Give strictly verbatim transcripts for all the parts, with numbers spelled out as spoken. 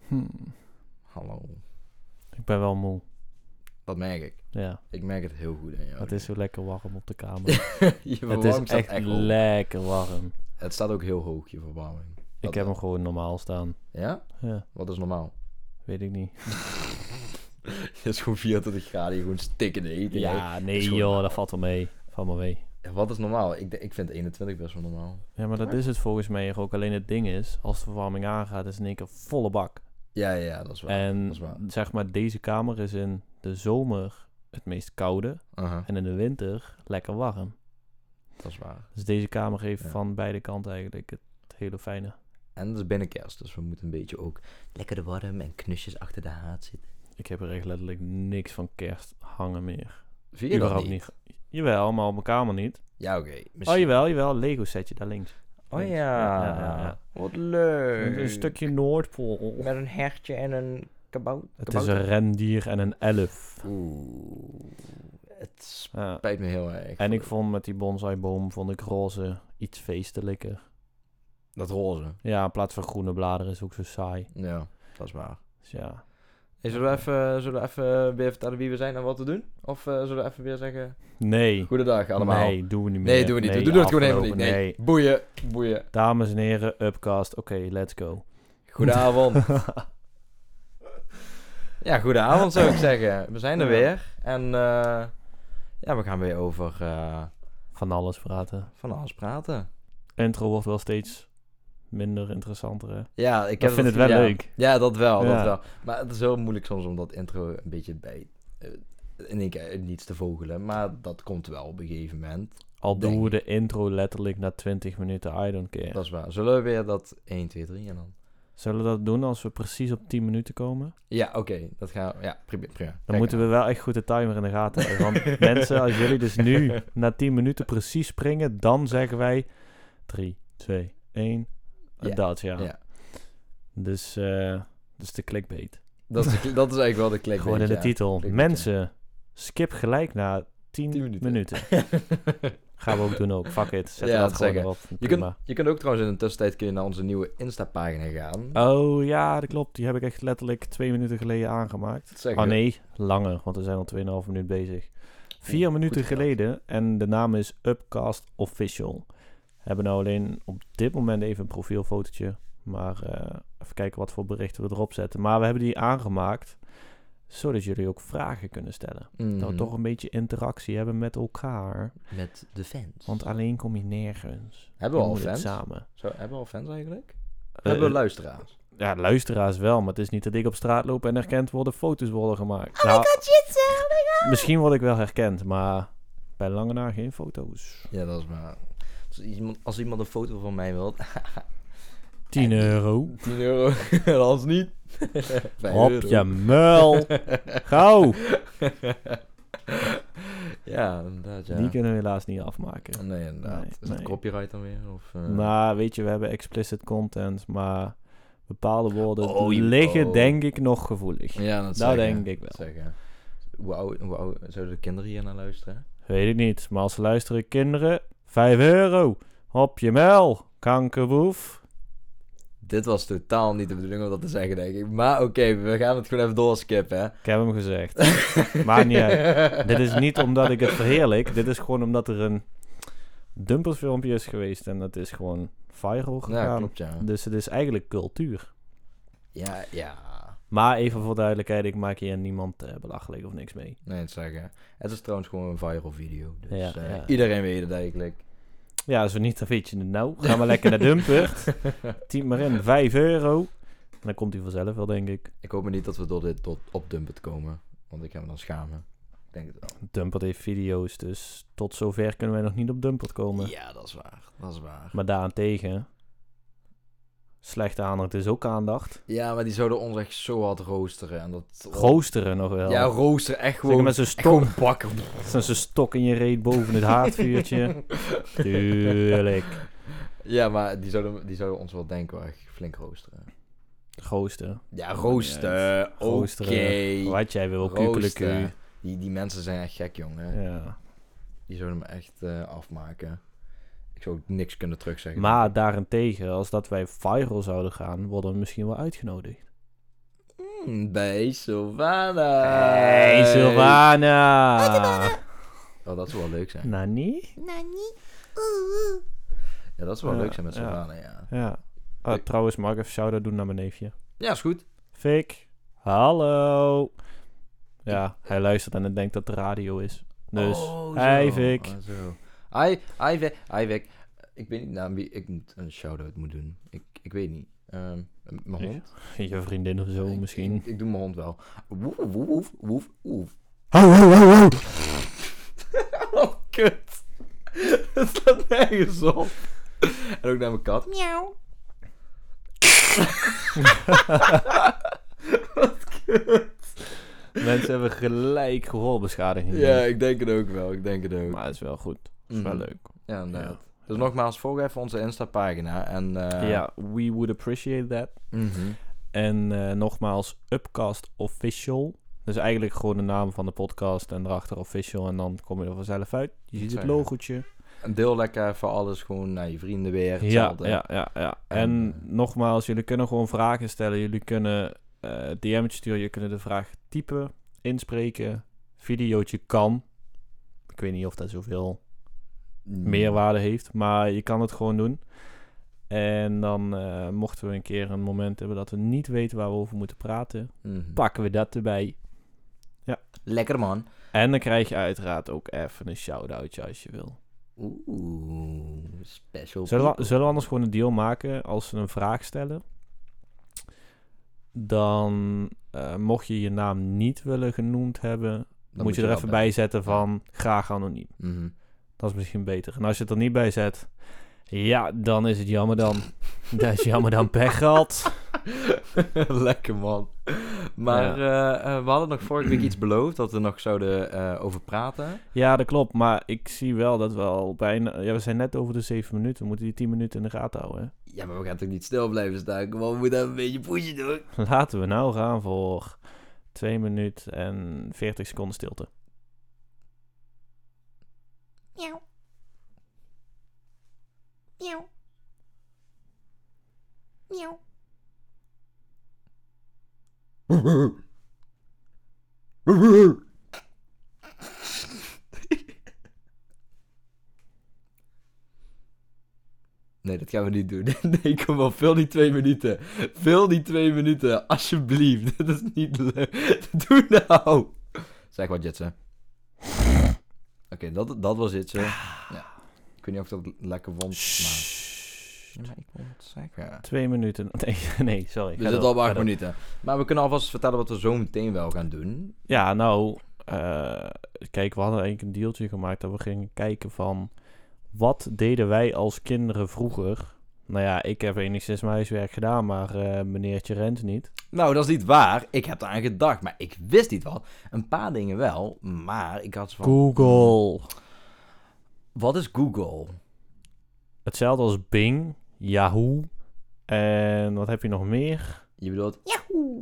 Hmm. Hallo. Ik ben wel moe. Dat merk ik. Ja. Ik merk het heel goed aan jou. Het is zo lekker warm op de kamer. Je Het verwarming is staat echt, echt hoog. lekker warm. Het staat ook heel hoog, je verwarming. Ik Dat heb wel. hem gewoon normaal staan. Ja? Ja, Wat is normaal? weet ik niet. Het is gewoon vierentwintig graden, je gewoon stikkende eten. Ja, nee is gewoon joh, normaal. dat valt wel mee. Valt maar mee. Ja, wat is normaal? Ik, de- ik vind eenentwintig best wel normaal. Ja, maar dat is het volgens mij ook. Alleen het ding is, als de verwarming aangaat, is het in één keer volle bak. Ja, ja, dat is waar. En dat is waar. zeg maar, deze kamer is in de zomer het meest koude. Aha, En in de winter lekker warm. dat is waar. Dus deze kamer heeft Ja. van beide kanten eigenlijk het hele fijne. En het is binnen kerst, dus we moeten een beetje ook lekker de warm en knusjes achter de haard zitten. Ik heb er echt letterlijk niks van kerst hangen meer. Vind je dat Überhaupt niet? niet. Jawel, maar op mijn kamer niet. Ja, oké. Oh jawel, jawel. Lego setje daar links. Oh ja. Ja, ja, ja, ja. Wat leuk. Een stukje Noordpool. Met een hertje en een kabout. Het is een rendier en een elf. Oeh. Het Ja. spijt me heel erg. En ik vond met die bonsaiboom vond ik roze iets feestelijker. Dat roze. Ja, in plaats van groene bladeren is ook zo saai. Ja, dat is waar. Dus ja. Hey, zullen, we even, zullen we even weer vertellen wie we zijn en wat we doen? Of uh, zullen we even weer zeggen... Nee. Goedendag allemaal. Nee, doen we niet meer. Nee, doen we niet. we doen het gewoon helemaal niet. afgelopen, Nee. Boeien. Boeien. Dames en heren, Upcast. Oké, let's go. Goedenavond. Ja, goedenavond zou ik zeggen. We zijn er Ja. weer. En uh, ja, we gaan weer over uh, Van alles praten. van alles praten. Intro wordt wel steeds minder interessanter, hè? Ja, ik Ik heb vind het wel ja. leuk. Ja, dat wel, Ja. dat wel. Maar het is heel moeilijk soms om dat intro een beetje bij... Uh, in één keer niets te vogelen. Maar dat komt wel op een gegeven moment. Al Denk doen we ik. de intro letterlijk na twintig minuten, I don't care. Dat is waar. Zullen we weer dat één, twee, drie en dan... Zullen we dat doen als we precies op tien minuten komen? Ja, oké. Okay, dat gaan we... Ja, prima. prima. Dan Kijk moeten aan. we wel echt goed de timer in de gaten hebben. Want mensen, als jullie dus nu na tien minuten precies springen, dan zeggen wij drie, twee, één. Ja. Dat, ja. Ja. Dus, eh dus de clickbait. Dat is, de- dat is eigenlijk wel de clickbait, Gewoon in de ja. titel. Clickbait, Mensen, skip gelijk na tien, tien minuten. minuten. Gaan we ook doen ook. Fuck it. Zet Ja, er dat dat gewoon zeggen. erop. Je Prima. kunt, je kunt ook trouwens in de tussentijd kun je naar onze nieuwe Insta-pagina gaan. Oh ja, dat klopt. Die heb ik echt letterlijk twee minuten geleden aangemaakt. Dat zeggen Oh we. nee, langer, want we zijn al tweeënhalf minuut bezig. Vier Oeh, minuten goed gedaan. geleden en de naam is Upcast Official. Hebben nou alleen op dit moment even een profielfotootje. Maar eh, even kijken wat voor berichten we erop zetten. Maar we hebben die aangemaakt zodat jullie ook vragen kunnen stellen. Mhm. Dat we toch een beetje interactie hebben met elkaar. Met de fans. Want alleen kom je nergens. Hebben we Je al moet het fans? samen. Zo, hebben we al fans eigenlijk? Eh, hebben we luisteraars? Ja, luisteraars wel, maar het is niet dat ik op straat loop en herkend worden, foto's worden gemaakt. Oh Nou, my god, Jitse, oh my god. misschien word ik wel herkend, maar bij lange na geen foto's. Ja, dat is waar. Als iemand, als iemand een foto van mij wil, tien euro. tien euro, anders niet. vijf Op euro. je muil. Gauw. Ja, inderdaad, ja. Die kunnen we helaas niet afmaken. Nee, inderdaad. Nee, is dat nee. copyright dan weer? Of, uh... Nou, weet je, we hebben explicit content, maar bepaalde woorden Oh, je- liggen oh. denk ik nog gevoelig. Ja, dat Nou, zeggen, denk ik wel. dat zeggen. Hoe oud, hoe oud zouden de kinderen hier naar luisteren? Weet ik niet, maar als ze luisteren, kinderen, vijf euro. Op je muil, kankerboef. Dit was totaal niet de bedoeling om dat te zeggen, denk ik. Maar oké, we gaan het gewoon even doorskippen, hè. Ik heb hem gezegd. Maakt niet uit. Dit is niet omdat ik het verheerlijk. Dit is gewoon omdat er een dumpersfilmpje is geweest. En dat is gewoon viral gegaan. Ja, klopt, ja. Dus het is eigenlijk cultuur. Ja, ja. Maar even voor duidelijkheid, ik maak hier niemand eh, belachelijk of niks mee. Nee, het zeggen. Het is trouwens gewoon een viral video. Dus Ja, eh, ja. iedereen weet het eigenlijk. Ja, zo niet, dan weet je het nou. Ga maar lekker naar Dumpert. Typ maar in, vijf euro. En dan komt hij vanzelf wel, denk ik. Ik hoop maar niet dat we door dit tot op Dumpert komen. Want ik ga me dan schamen. Ik denk het wel. Dumpert heeft video's, dus tot zover kunnen wij nog niet op Dumpert komen. Ja, dat is waar. Dat is waar. Maar daarentegen, slechte aandacht is ook aandacht. Ja, maar die zouden ons echt zo hard roosteren. En dat... Roosteren nog wel. Ja, roosteren. Echt Zeker gewoon... met zo'n echt stok, gewoon bakken. zo'n stok in je reet boven het haardvuurtje. Tuurlijk. Ja, maar die zouden, die zouden ons wel denken, wel echt flink roosteren. Roosteren. Ja, roosteren. Oké. Roosteren. Wat jij wil, kukeleku. Roosteren. Die, die mensen zijn echt gek, jongen. Ja. Die zouden me echt eh, afmaken. Ik zou ook niks kunnen terugzeggen. Maar daarentegen, als dat wij viral zouden gaan, worden we misschien wel uitgenodigd. Welkom bij Sylvana. Hey, Sylvana. Oh, dat zou wel leuk zijn. Nani? Nani? Oeh. Ja, dat zou wel Ja, leuk zijn met ja. Sylvana, ja. Ja. Oh, Ik- trouwens, mag ik even shout-out doen naar mijn neefje? Ja, is goed. Fik. Hallo. Ja, hij luistert en hij denkt dat de radio is. Dus, Oh, hey zo. Fik. Oh, zo. Hi, hi, Vic. Hi, Vic. Ik weet niet naar wie ik moet een shout-out moet doen. Ik, ik weet niet. Ehm, mijn Ik- hond? Je vriendin of zo Ik- misschien. Ik, ik doe mijn hond wel. Woef, woef, woef, woef, woef. Ho, ho, ho, ho. Oh, kut. Het staat nergens op. En ook naar mijn kat. Miauw. Wat kut. Mensen hebben gelijk gehoorbeschadiging. Ja, ik denk het ook wel. Ik denk het ook. Maar het is wel goed. Het is wel Mhm. leuk. Ja, inderdaad. Dus nogmaals, volg even onze Insta-pagina. En, eh, Ja, we would appreciate that. mhm. En eh, nogmaals, Upcast Official. Dus eigenlijk gewoon de naam van de podcast en erachter official. En dan kom je er vanzelf uit. Je ziet het Zeggen. logootje. En deel lekker voor alles gewoon naar je vrienden weer. Ja, hetzelfde. ja, ja, ja. En, En, eh, nogmaals, jullie kunnen gewoon vragen stellen. Jullie kunnen eh D M'tje sturen. Je kunt de vraag typen, inspreken. Videootje kan. Ik weet niet of dat zoveel Mm. meerwaarde heeft. Maar je kan het gewoon doen. En dan eh, mochten we een keer een moment hebben dat we niet weten waar we over moeten praten. Mhm. Pakken we dat erbij. Lekker, man. En dan krijg je uiteraard ook even een shout-outje als je wil. Oeh, special Zullen we, people. zullen we anders gewoon een deal maken als ze een vraag stellen? Dan eh, mocht je je naam niet willen genoemd hebben, Dan moet je er wel even bij. bij zetten van graag anoniem. Mhm. Dat is misschien beter. En als je het er niet bij zet, ja, dan is het jammer dan. Dat is jammer dan pech gehad. Lekker, man. Maar eh, eh, we hadden nog vorige week iets beloofd dat we nog zouden eh, over praten. Ja, dat klopt. Maar ik zie wel dat we al bijna... Ja, we zijn net over de zeven minuten. We moeten die tien minuten in de gaten houden. Hè? Ja, maar we gaan toch niet stil blijven staan? Kom op, we moeten even een beetje pushen doen. Laten we nou gaan voor twee minuten en veertig seconden stilte. Miauw. Miauw. Miauw. Nee, dat gaan we niet doen. Nee, kom op, vul die twee minuten. Vul die twee minuten, alsjeblieft. Dat is niet leuk. Doe nou. Zeg wat, Jetse. Oké, dat, dat was Jetse. Ja. Ik weet niet of dat lekker vond, maar... Ja, maar ik wil het zeggen. Twee minuten. Nee, nee sorry. We Ga zitten door, al op ga acht door. minuten. Maar we kunnen alvast vertellen wat we zo meteen wel gaan doen. Ja, nou... eh, kijk, we hadden eigenlijk een dealtje gemaakt dat we gingen kijken van... Wat deden wij als kinderen vroeger? Nou ja, ik heb enigszins mijn huiswerk gedaan, maar eh meneertje Rens niet. Nou, dat is niet waar. Ik heb eraan gedacht, maar ik wist niet wat. Een paar dingen wel, maar ik had zo van... Google. Wat is Google? Hetzelfde als Bing, Yahoo. En wat heb je nog meer? Je bedoelt... Yahoo.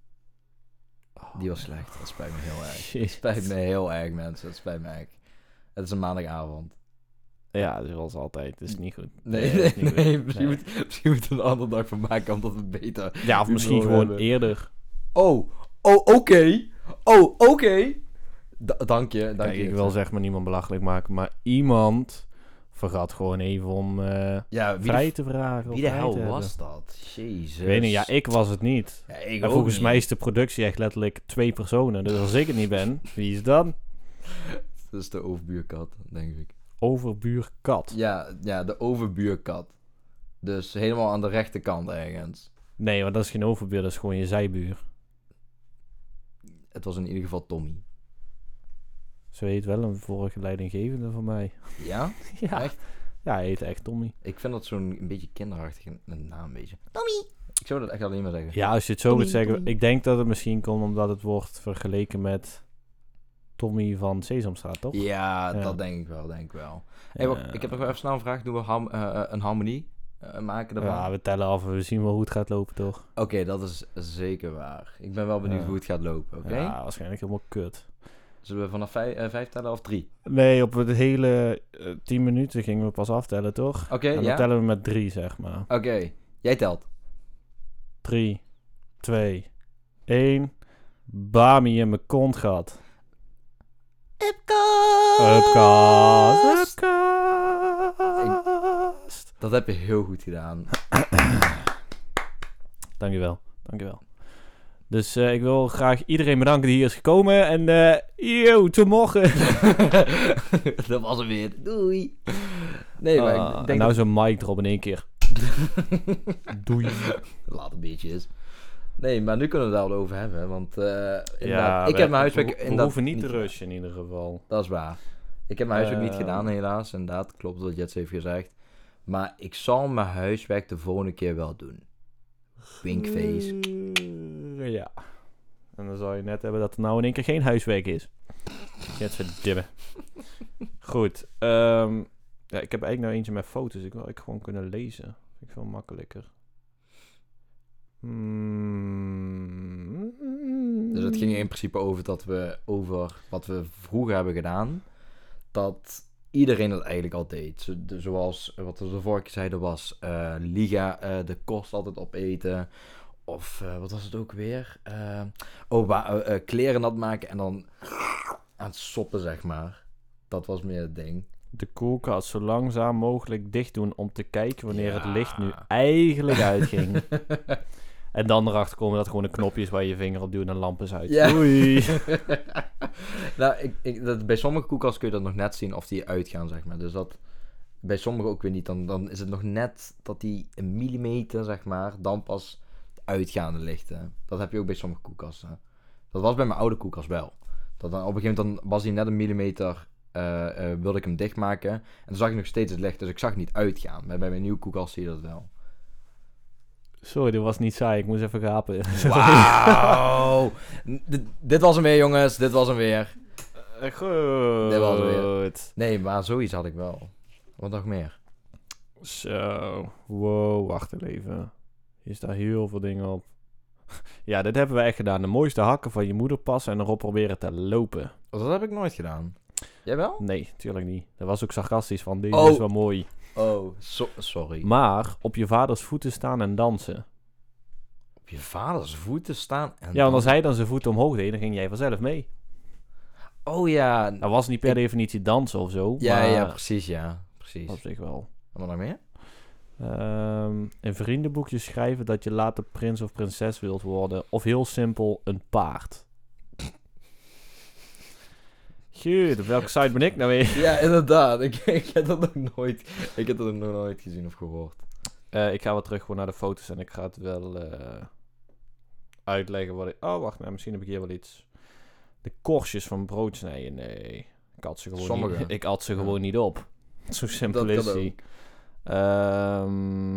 Die was slecht. Dat spijt me heel erg. Shit. Het spijt me heel erg, mensen. Het spijt me echt. Het is een maandagavond. Ja, zoals altijd. Het is niet goed. Nee, het nee, is niet goed. nee. Misschien, Nee. Moet, misschien moet we een andere dag van maken, omdat we beter... Ja, of misschien humor gewoon hebben. eerder. Oh, oh, oké. Oh, oké. Da- dank je, dank Kijk, je. ik wil zeg maar niemand belachelijk maken, maar iemand vergat gewoon even om eh, Ja, wie vrij de, te vragen. of wie de vrij hel te hebben. was dat? Jezus. Ik weet niet, ja, ik was het niet. Ja, ik En ook volgens niet. mij is de productie echt letterlijk twee personen. Dus als ik het niet ben, wie is dan? Dat is de overbuurkat, denk ik. Overbuurkat. Ja, ja, de overbuurkat. Dus helemaal aan de rechterkant ergens. Nee, want dat is geen overbuur, dat is gewoon je zijbuur. Het was in ieder geval Tommy. Zo heet wel een vorige leidinggevende van mij. Ja? Ja, Echt? ja hij heet echt Tommy. Ik vind dat zo'n een beetje kinderachtige naam, een beetje. Tommy. Ik zou dat echt alleen maar zeggen. Ja, als je het zo Tommy, moet zeggen. Tommy. Ik denk dat het misschien komt omdat het wordt vergeleken met Tommy van Sesamstraat, toch? Ja, Ja. dat denk ik wel, denk ik wel. Hey, wacht, Eh, ik heb nog wel even snel een vraag. Doen we ham- eh, eh, een harmonie eh, maken daarvan? Ja, we tellen af en we zien wel hoe het gaat lopen, toch? Oké, dat is zeker waar. Ik ben wel benieuwd Ja. hoe het gaat lopen, oké? Ja, waarschijnlijk helemaal kut. Zullen we vanaf vijf, eh, vijf tellen of drie? Nee, op het hele eh, tien minuten gingen we pas aftellen, toch? Oké, En dan ja? tellen we met drie, zeg maar. Oké, jij telt. Drie, twee, één. Bami in mijn kont gehad. Upcast. Upcast. Upcast. Dat heb je heel goed gedaan. Dankjewel, dankjewel. Dus uh, ik wil graag iedereen bedanken die hier is gekomen. En uh, yo, tot morgen. Dat was hem weer. Doei. Nee, maar Uh, ik en denk... nou zo'n mic erop in één keer. Doei. Laat een beetje eens. Nee, maar nu kunnen we het daar wel over hebben. Want uh, Ja, ik we, heb mijn huiswerk... We, we inderdaad hoeven niet te gedaan. rushen in ieder geval. Dat is waar. Ik heb mijn huiswerk niet Uh, gedaan helaas. Inderdaad, klopt wat Jets heeft gezegd. Maar ik zal mijn huiswerk de volgende keer wel doen. Winkface. Uh, ja. En dan zal je net hebben dat er nou in één keer geen huiswerk is. Jets verdimmen. Goed. Um, ja, ik heb eigenlijk nou eentje met foto's. Ik wil ik gewoon kunnen lezen. Vind ik veel makkelijker. Hmm. Dus het ging in principe over dat we over wat we vroeger hebben gedaan, dat iedereen dat eigenlijk al deed. Zo, de, zoals wat we de vorige keer zeiden was uh, Liga uh, de kost altijd opeten. Of uh, wat was het ook weer? Uh, oh, wa- uh, uh, kleren nat maken en dan aan het soppen, zeg maar. Dat was meer het ding. De koelkast zo langzaam mogelijk dicht doen om te kijken wanneer Ja. het licht nu eigenlijk uitging. En dan erachter komen dat gewoon een knopje is waar je je vinger op duwt en lamp is uit. Ja. Oei. Nou, ik, ik, dat, bij sommige koelkasten kun je dat nog net zien of die uitgaan, zeg maar. Dus dat bij sommige ook weer niet. Dan, dan is het nog net dat die een millimeter, zeg maar, dan pas uitgaande lichten. Dat heb je ook bij sommige koelkasten. Dat was bij mijn oude koelkast wel. Dat dan, op een gegeven moment dan was hij net een millimeter, uh, uh, wilde ik hem dichtmaken. En dan zag ik nog steeds het licht, dus ik zag het niet uitgaan. Maar bij mijn nieuwe koelkast zie je dat wel. Sorry, dit was niet saai. Ik moest even gapen. Wauw! D- dit was hem weer, jongens. Dit was hem weer. Uh, goed. Dit was hem weer. Nee, maar zoiets had ik wel. Wat nog meer? Zo. Wow, wacht even. Hier staan heel veel dingen op. Ja, dit hebben we echt gedaan. De mooiste hakken van je moeder passen en erop proberen te lopen. Dat heb ik nooit gedaan. Jij wel? Nee, tuurlijk niet. Dat was ook sarcastisch van, deze Oh. is wel mooi. Oh, so- sorry. Maar op je vaders voeten staan en dansen. Op je vaders voeten staan en Ja, want als dan- hij dan zijn voeten omhoog deed, dan ging jij vanzelf mee. Oh ja. Dat was niet per Ik- definitie dansen of zo. Ja, maar ja, precies, ja. Precies. op zich wel. En wat nog meer? Ehm in vriendenboekjes schrijven dat je later prins of prinses wilt worden. Of heel simpel, een paard. Goed, op welke site ben ik nou weer? Ja, inderdaad. Ik, ik heb dat nog nooit... Ik heb dat nog nooit gezien of gehoord. Uh, ik ga wel terug gewoon naar de foto's en ik ga het wel uh, uitleggen wat ik... Oh, wacht, nou, misschien heb ik hier wel iets. De korstjes van brood snijden, nee. Ik had ze gewoon, Sommige. niet, ik had ze Ja. gewoon niet op. Zo simpel Dat is kan die. Ehm,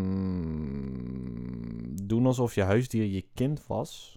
doen alsof je huisdier je kind was.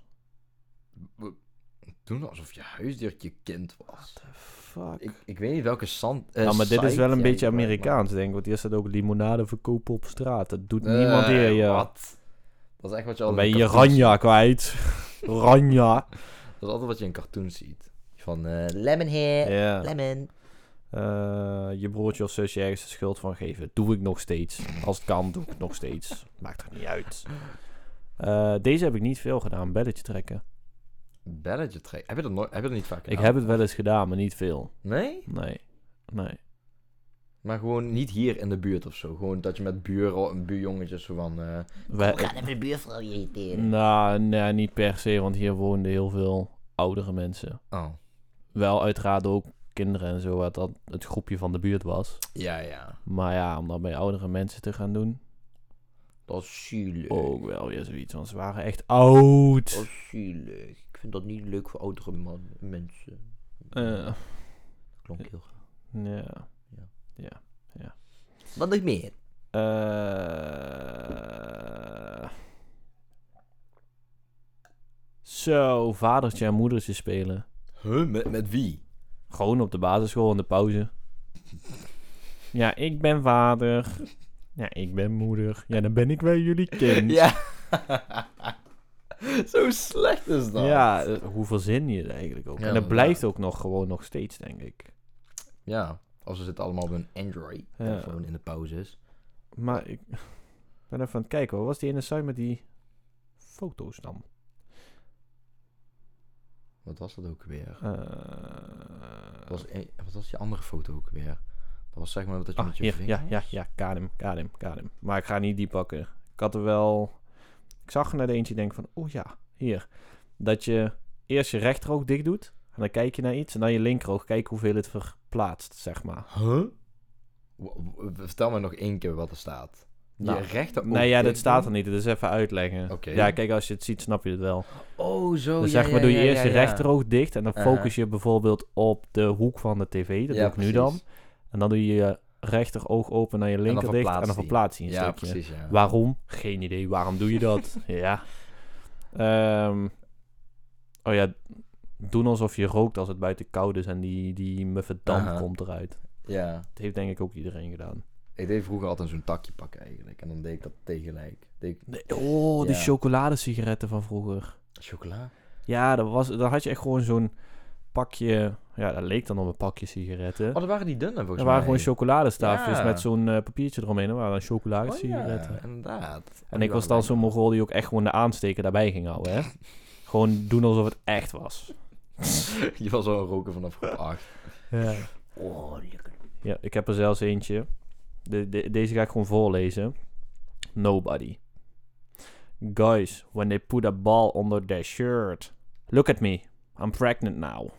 Doen alsof je huisdier je kind was. Fuck. Ik, ik weet niet welke zand... Uh, Ja, maar dit is site wel een jij beetje gebruikt, Amerikaans, denk ik. Want hier staat ook limonade verkopen op straat. Dat doet maar- niemand hier. Nee, Ja. Wat? Dat is echt wat je Dan altijd ben je in je cartoons ranja ziet. kwijt. Ranja. Dat is altijd wat je in cartoons ziet. Van uh, lemon hair, Ja. lemon. Uh, je broertje of zusje ergens de schuld van geven. Doe ik nog steeds. Als het kan, doe ik het nog steeds. Maakt er niet uit. Uh, deze heb ik niet veel gedaan. Belletje trekken. Belletje trekken. Heb je dat nooit? Heb je dat niet vaak gedaan? Ik heb het wel eens gedaan, maar niet veel. Nee? Nee. Nee. Maar gewoon niet hier in de buurt of zo. Gewoon dat je met buren, buurjongetjes zo van... Uh, Wij, We gaan even de buurvrouw irriteren. nou, nee, niet per se, want hier woonden heel veel oudere mensen. oh. Wel uiteraard ook kinderen en zo, wat dat het groepje van de buurt was. Ja, ja. Maar ja, om dat bij oudere mensen te gaan doen, Dat is zielig. ook wel weer zoiets, want ze waren echt oud. Dat is zielig. Ik vind dat niet leuk voor oudere man, mensen. Uh, Klonk heel graag. ja. Ja. Ja. Wat nog meer? Uh, zo, vadertje en moedertje spelen. Huh? Met, met wie? Gewoon op de basisschool in de pauze. Ja, ik ben vader. Ja, ik ben moeder. Ja, dan ben ik wel jullie kind. Ja. Zo slecht is dat. Ja, eh, hoe verzin je het eigenlijk ook? Ja, en dat inderdaad. blijft ook nog gewoon nog steeds, denk ik. Ja. Of ze zitten allemaal op een Android-telefoon in de pauzes. Maar ik ben even aan het kijken. Wat was die ene site met die foto's dan? Wat was dat ook weer? Uh, Wat was, een, wat was die andere foto ook weer? Dat was zeg maar dat je ah, met je hier, vingers... ja, ja, ja, got him, got him, got him. Maar ik ga niet die pakken. Ik had er wel... Ik zag er net eentje denk van, oh ja, hier. Dat je eerst je rechteroog dicht doet. En dan kijk je naar iets. En dan je linkeroog. Kijk hoeveel het verplaatst, zeg maar. Huh? W- w- Vertel me nog één keer wat er staat. Nou, je rechteroog Nee, ja, dat dicht staat er doen? niet. Dus even uitleggen. Oké. Ja, kijk, als je het ziet, snap je het wel. Oh, zo, Dus ja, zeg maar, ja, doe je ja, eerst ja, je ja. rechterroog dicht. En dan Uh-huh. focus je bijvoorbeeld op de hoek van de tv. Dat Ja, doe ik nu dan. precies. En dan doe je je rechteroog open naar je linker dicht. verplaatst En dan die. verplaatst hij een Ja, stukje. precies, ja. Waarom? Geen idee. Waarom doe je dat? ja. Ehm, oh ja, doen alsof je rookt als het buiten koud is en die, die muffe damp Aha. komt eruit. Ja. Dat heeft denk ik ook iedereen gedaan. Ik deed vroeger altijd zo'n takje pakken eigenlijk. En dan deed ik dat tegelijk. Deed ik... Nee, oh, die Ja. chocoladesigaretten van vroeger. Chocola? Ja, dat was, dan had je echt gewoon zo'n pakje... Ja, dat leek dan op een pakje sigaretten. Oh, dat waren die dunne volgens Er mij. waren gewoon chocoladestaafjes Ja. met zo'n eh, papiertje eromheen. Dat waren dan Oh chocoladesigaretten. ja, inderdaad. En ik was dan zo'n mogol die ook echt gewoon de aansteker daarbij ging houden, hè. Gewoon doen alsof het echt was. Je was al een roker vanaf groep acht. Ja. Oh, lekker. Ja, ik heb er zelfs eentje. De, de, deze ga ik gewoon voorlezen. Nobody. Guys, when they put a ball under their shirt. Look at me. I'm pregnant now.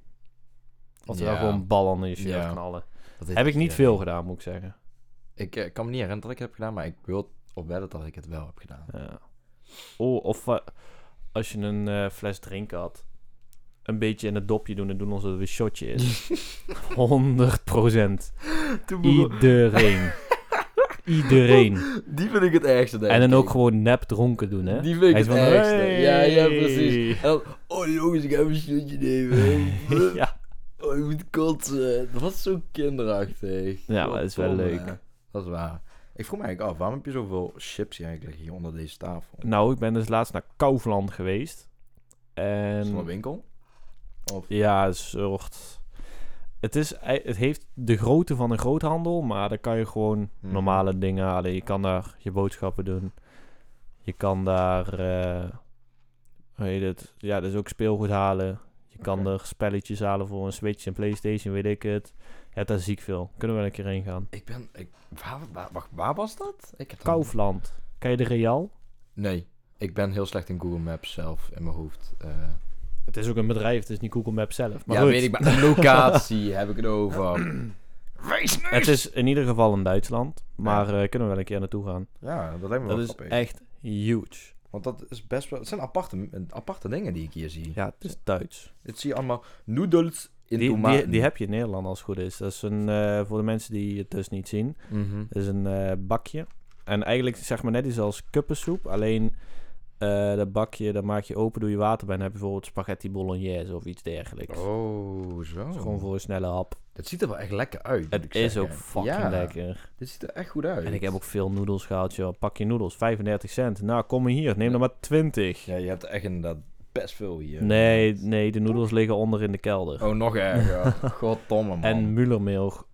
Of ze Ja. dan gewoon een bal onder je shirt Ja. knallen. Dat heeft Heb ik niet iedereen. veel gedaan, moet ik zeggen. Ik eh, kan me niet herinneren dat ik het heb gedaan, maar ik wil op wedden dat ik het wel heb gedaan. Ja. Oh, of eh, als je een eh, fles drinken had. Een beetje in het dopje doen en doen alsof het een shotje is. honderd procent. Iedereen. Iedereen. Die vind ik het ergste, denk En dan ik. ook gewoon nep dronken doen, hè? Die vind ik Hij het is van, ergste. hey. Ja, ja, precies. En dan, oh jongens, ik ga een shotje nemen. ja. Oh, ik moet kotsen. Dat was zo kinderachtig. Ja, maar dat is wel Godverdomme. leuk. Dat is waar. Ik vroeg me eigenlijk af, waarom heb je zoveel chips hier eigenlijk hier onder deze tafel? Nou, ik ben dus laatst naar Kaufland geweest. Is dat een En winkel? Of... ja, een soort... Het, is, het heeft de grootte van een groothandel, maar dan kan je gewoon Mhm. normale dingen halen. Je kan daar je boodschappen doen. Je kan daar... eh hoe heet het? Ja, dus ook speelgoed halen. Je kan Oké. er spelletjes halen voor een Switch, een PlayStation, weet ik het. Je hebt daar ziek veel. Kunnen we wel een keer heen gaan. Ik ben... Ik, waar, waar, wacht, waar was dat? Ik heb dat- Kaufland. Ken je de Real? Nee. Ik ben heel slecht in Google Maps zelf in mijn hoofd. Eh, Het is ook een bedrijf, het is niet Google Maps zelf. Maar ja, goed, weet ik, maar een locatie heb ik het over. Wees nice! het is in ieder geval in Duitsland. Maar eh, kunnen we wel een keer naartoe gaan. Ja, dat lijkt me Dat wel is grappig. echt huge. Want dat is best wel... Het zijn aparte, aparte dingen die ik hier zie. Ja, het is Duits. Dit zie je allemaal noedels in Die, tomaten. die, die heb je in Nederland als het goed is. Dat is een, eh, voor de mensen die het dus niet zien. Mhm. Dat is een eh, bakje. En eigenlijk zeg maar net iets als kuppensoep. Alleen eh, dat bakje, dat maak je open, doe je water bij. En dan heb je bijvoorbeeld spaghetti bolognese of iets dergelijks. Oh, zo. Dat is gewoon voor een snelle hap. Het ziet er wel echt lekker uit. moet Het ik is zeggen. ook fucking Ja, lekker. Dit ziet er echt goed uit. En ik heb ook veel noedels gehaald, joh. Pak je noedels, vijfendertig cent. Nou, kom maar hier, neem er maar twintig. Ja, je hebt er echt inderdaad best veel hier. Nee, nee, de noedels liggen onder in de kelder. Oh, nog erger. Goddomme, man. En Müllermilch.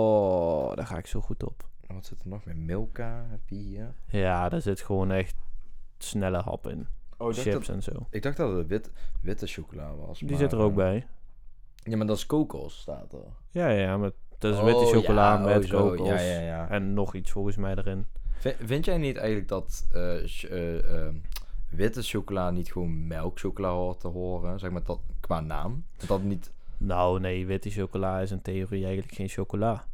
Oh, daar ga ik zo goed op. Wat zit er nog meer? Milka heb je hier. Ja, daar zit gewoon echt snelle hap in. Oh, ik dacht, Chips dat, en zo. ik dacht dat het wit, witte chocola was. Die maar, zit er ook eh, bij. Ja, maar dat is kokos, staat er. Ja, ja, maar dat is Oh, witte chocola ja, met oh, zo. kokos. Ja, ja, ja. En nog iets volgens mij erin. Vind, vind jij niet eigenlijk dat eh, ch- eh, eh, witte chocola niet gewoon melkchocola hoort te horen? Zeg maar dat, qua naam. Dat dat niet... Nou, nee, witte chocola is in theorie eigenlijk geen chocola.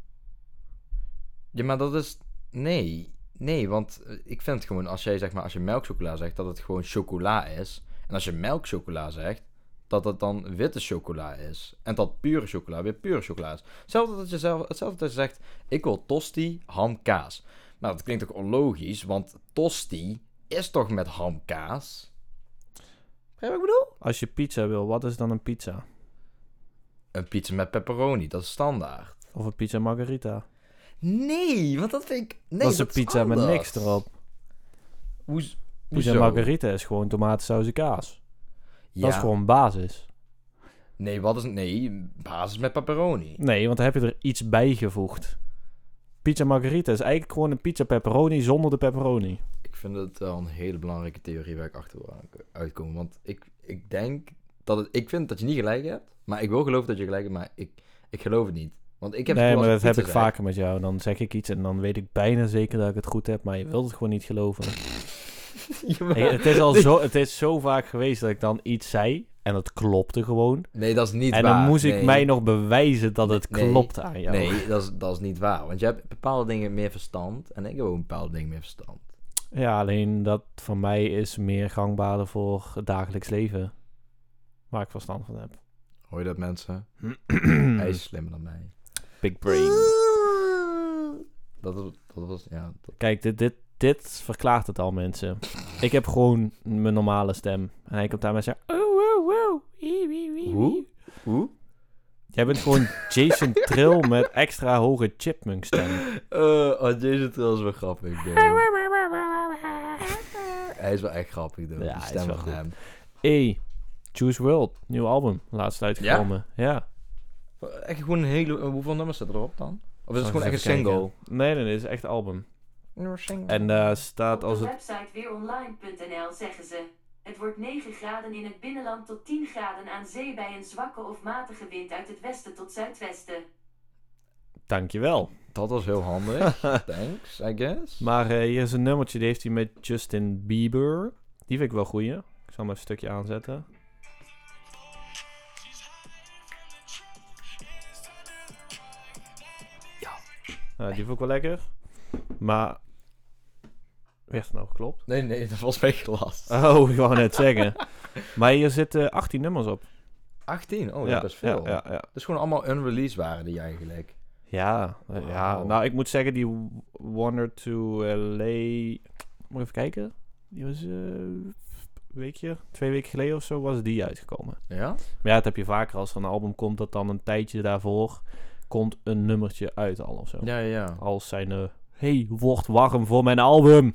Ja, maar dat is... Nee. Nee, want eh, ik vind gewoon als jij zeg maar, als je melkchocola zegt, dat het gewoon chocola is. En als je melkchocola zegt, dat het dan witte chocola is. En dat pure chocola weer pure chocola is. Hetzelfde dat je, zelf, hetzelfde dat je zegt, ik wil tosti, ham, kaas. Nou, dat klinkt ook onlogisch, want tosti is toch met ham, kaas? Begrijp je wat ik bedoel? Als je pizza wil, wat is dan een pizza? Een pizza met pepperoni, dat is standaard. Of een pizza margarita? Nee, want dat vind ik... Nee, dat is een pizza met anders. niks erop. Hoe, Pizza hoezo? margarita is gewoon tomatensaus en kaas. Ja. Dat is gewoon basis. Nee, wat is... Nee, basis met pepperoni. Nee, want dan heb je er iets bijgevoegd. Pizza margarita is eigenlijk gewoon een pizza pepperoni zonder de pepperoni. Ik vind het wel een hele belangrijke theorie waar ik achter wil uitkomen. Want ik, ik denk dat het, ik vind dat je niet gelijk hebt. Maar ik wil geloven dat je gelijk hebt, maar ik, ik geloof het niet. Want ik heb nee, het maar dat als heb iets ik gezegd. vaker met jou. Dan zeg ik iets en dan weet ik bijna zeker dat ik het goed heb, maar je wilt het gewoon niet geloven. Ja, maar- Ik- het, is al zo, het is zo vaak geweest dat ik dan iets zei en het klopte gewoon. Nee, dat is niet En waar. dan moest ik Nee. mij nog bewijzen dat het Nee. klopt aan jou. Nee, dat is, dat is niet waar. Want je hebt bepaalde dingen meer verstand. En ik heb ook bepaalde dingen meer verstand. Ja, alleen dat voor mij is meer gangbaarder voor het dagelijks leven. Waar ik verstand van heb. Hoor je dat, mensen? Hij is slimmer dan mij. Big brain. Dat, was- dat was, ja... Dat... Kijk, dit, dit, dit verklaart het al, mensen. Ik heb gewoon mijn normale stem. En hij komt daar met zeggen... Oh, oh, oh. Wie, wie, wie, Hoe? wie. Hoe? Jij bent gewoon Jason Trill met extra hoge chipmunk stem. Uh, oh, Jason Trill is wel grappig, dude. Hij is wel echt grappig, dude. Ja, Die hij is stem wel van goed. hem. Hey, Juice world, nieuw album, laatst uitgekomen. Ja. Echt gewoon een hele... uh, hoeveel nummers zitten erop dan? Of is het Zal gewoon ik echt een even single? kijken. Nee, nee, nee, het is echt album. Een single. En daar staat Op als de het... website weeronline punt n l zeggen ze... Het wordt negen graden in het binnenland tot tien graden aan zee bij een zwakke of matige wind uit het westen tot zuidwesten. Dankjewel. Dat was heel handig. Thanks, I guess. Maar eh, hier is een nummertje, die heeft hij met Justin Bieber. Die vind ik wel goeie. Ik zal maar een stukje aanzetten. Ja. Nou, die vond ik wel lekker. Maar... Werd het nou geklopt? Nee, nee, dat was mijn glas. Oh, ik wou net zeggen. Maar hier zitten achttien nummers op. achttien? Oh, ja, dat is veel. Ja, ja, ja. Dat is gewoon allemaal unreleased waren die eigenlijk. Ja, eh, ja, Wauw. nou ik moet zeggen, die Wonder to L A... Moet ik even kijken? Die was eh, een weekje, twee weken geleden of zo was die uitgekomen. Ja? Maar ja, dat heb je vaker als er een album komt, dat dan een tijdje daarvoor komt een nummertje uit al of zo. Ja, ja. Als zijn, eh, hey, word warm voor mijn album.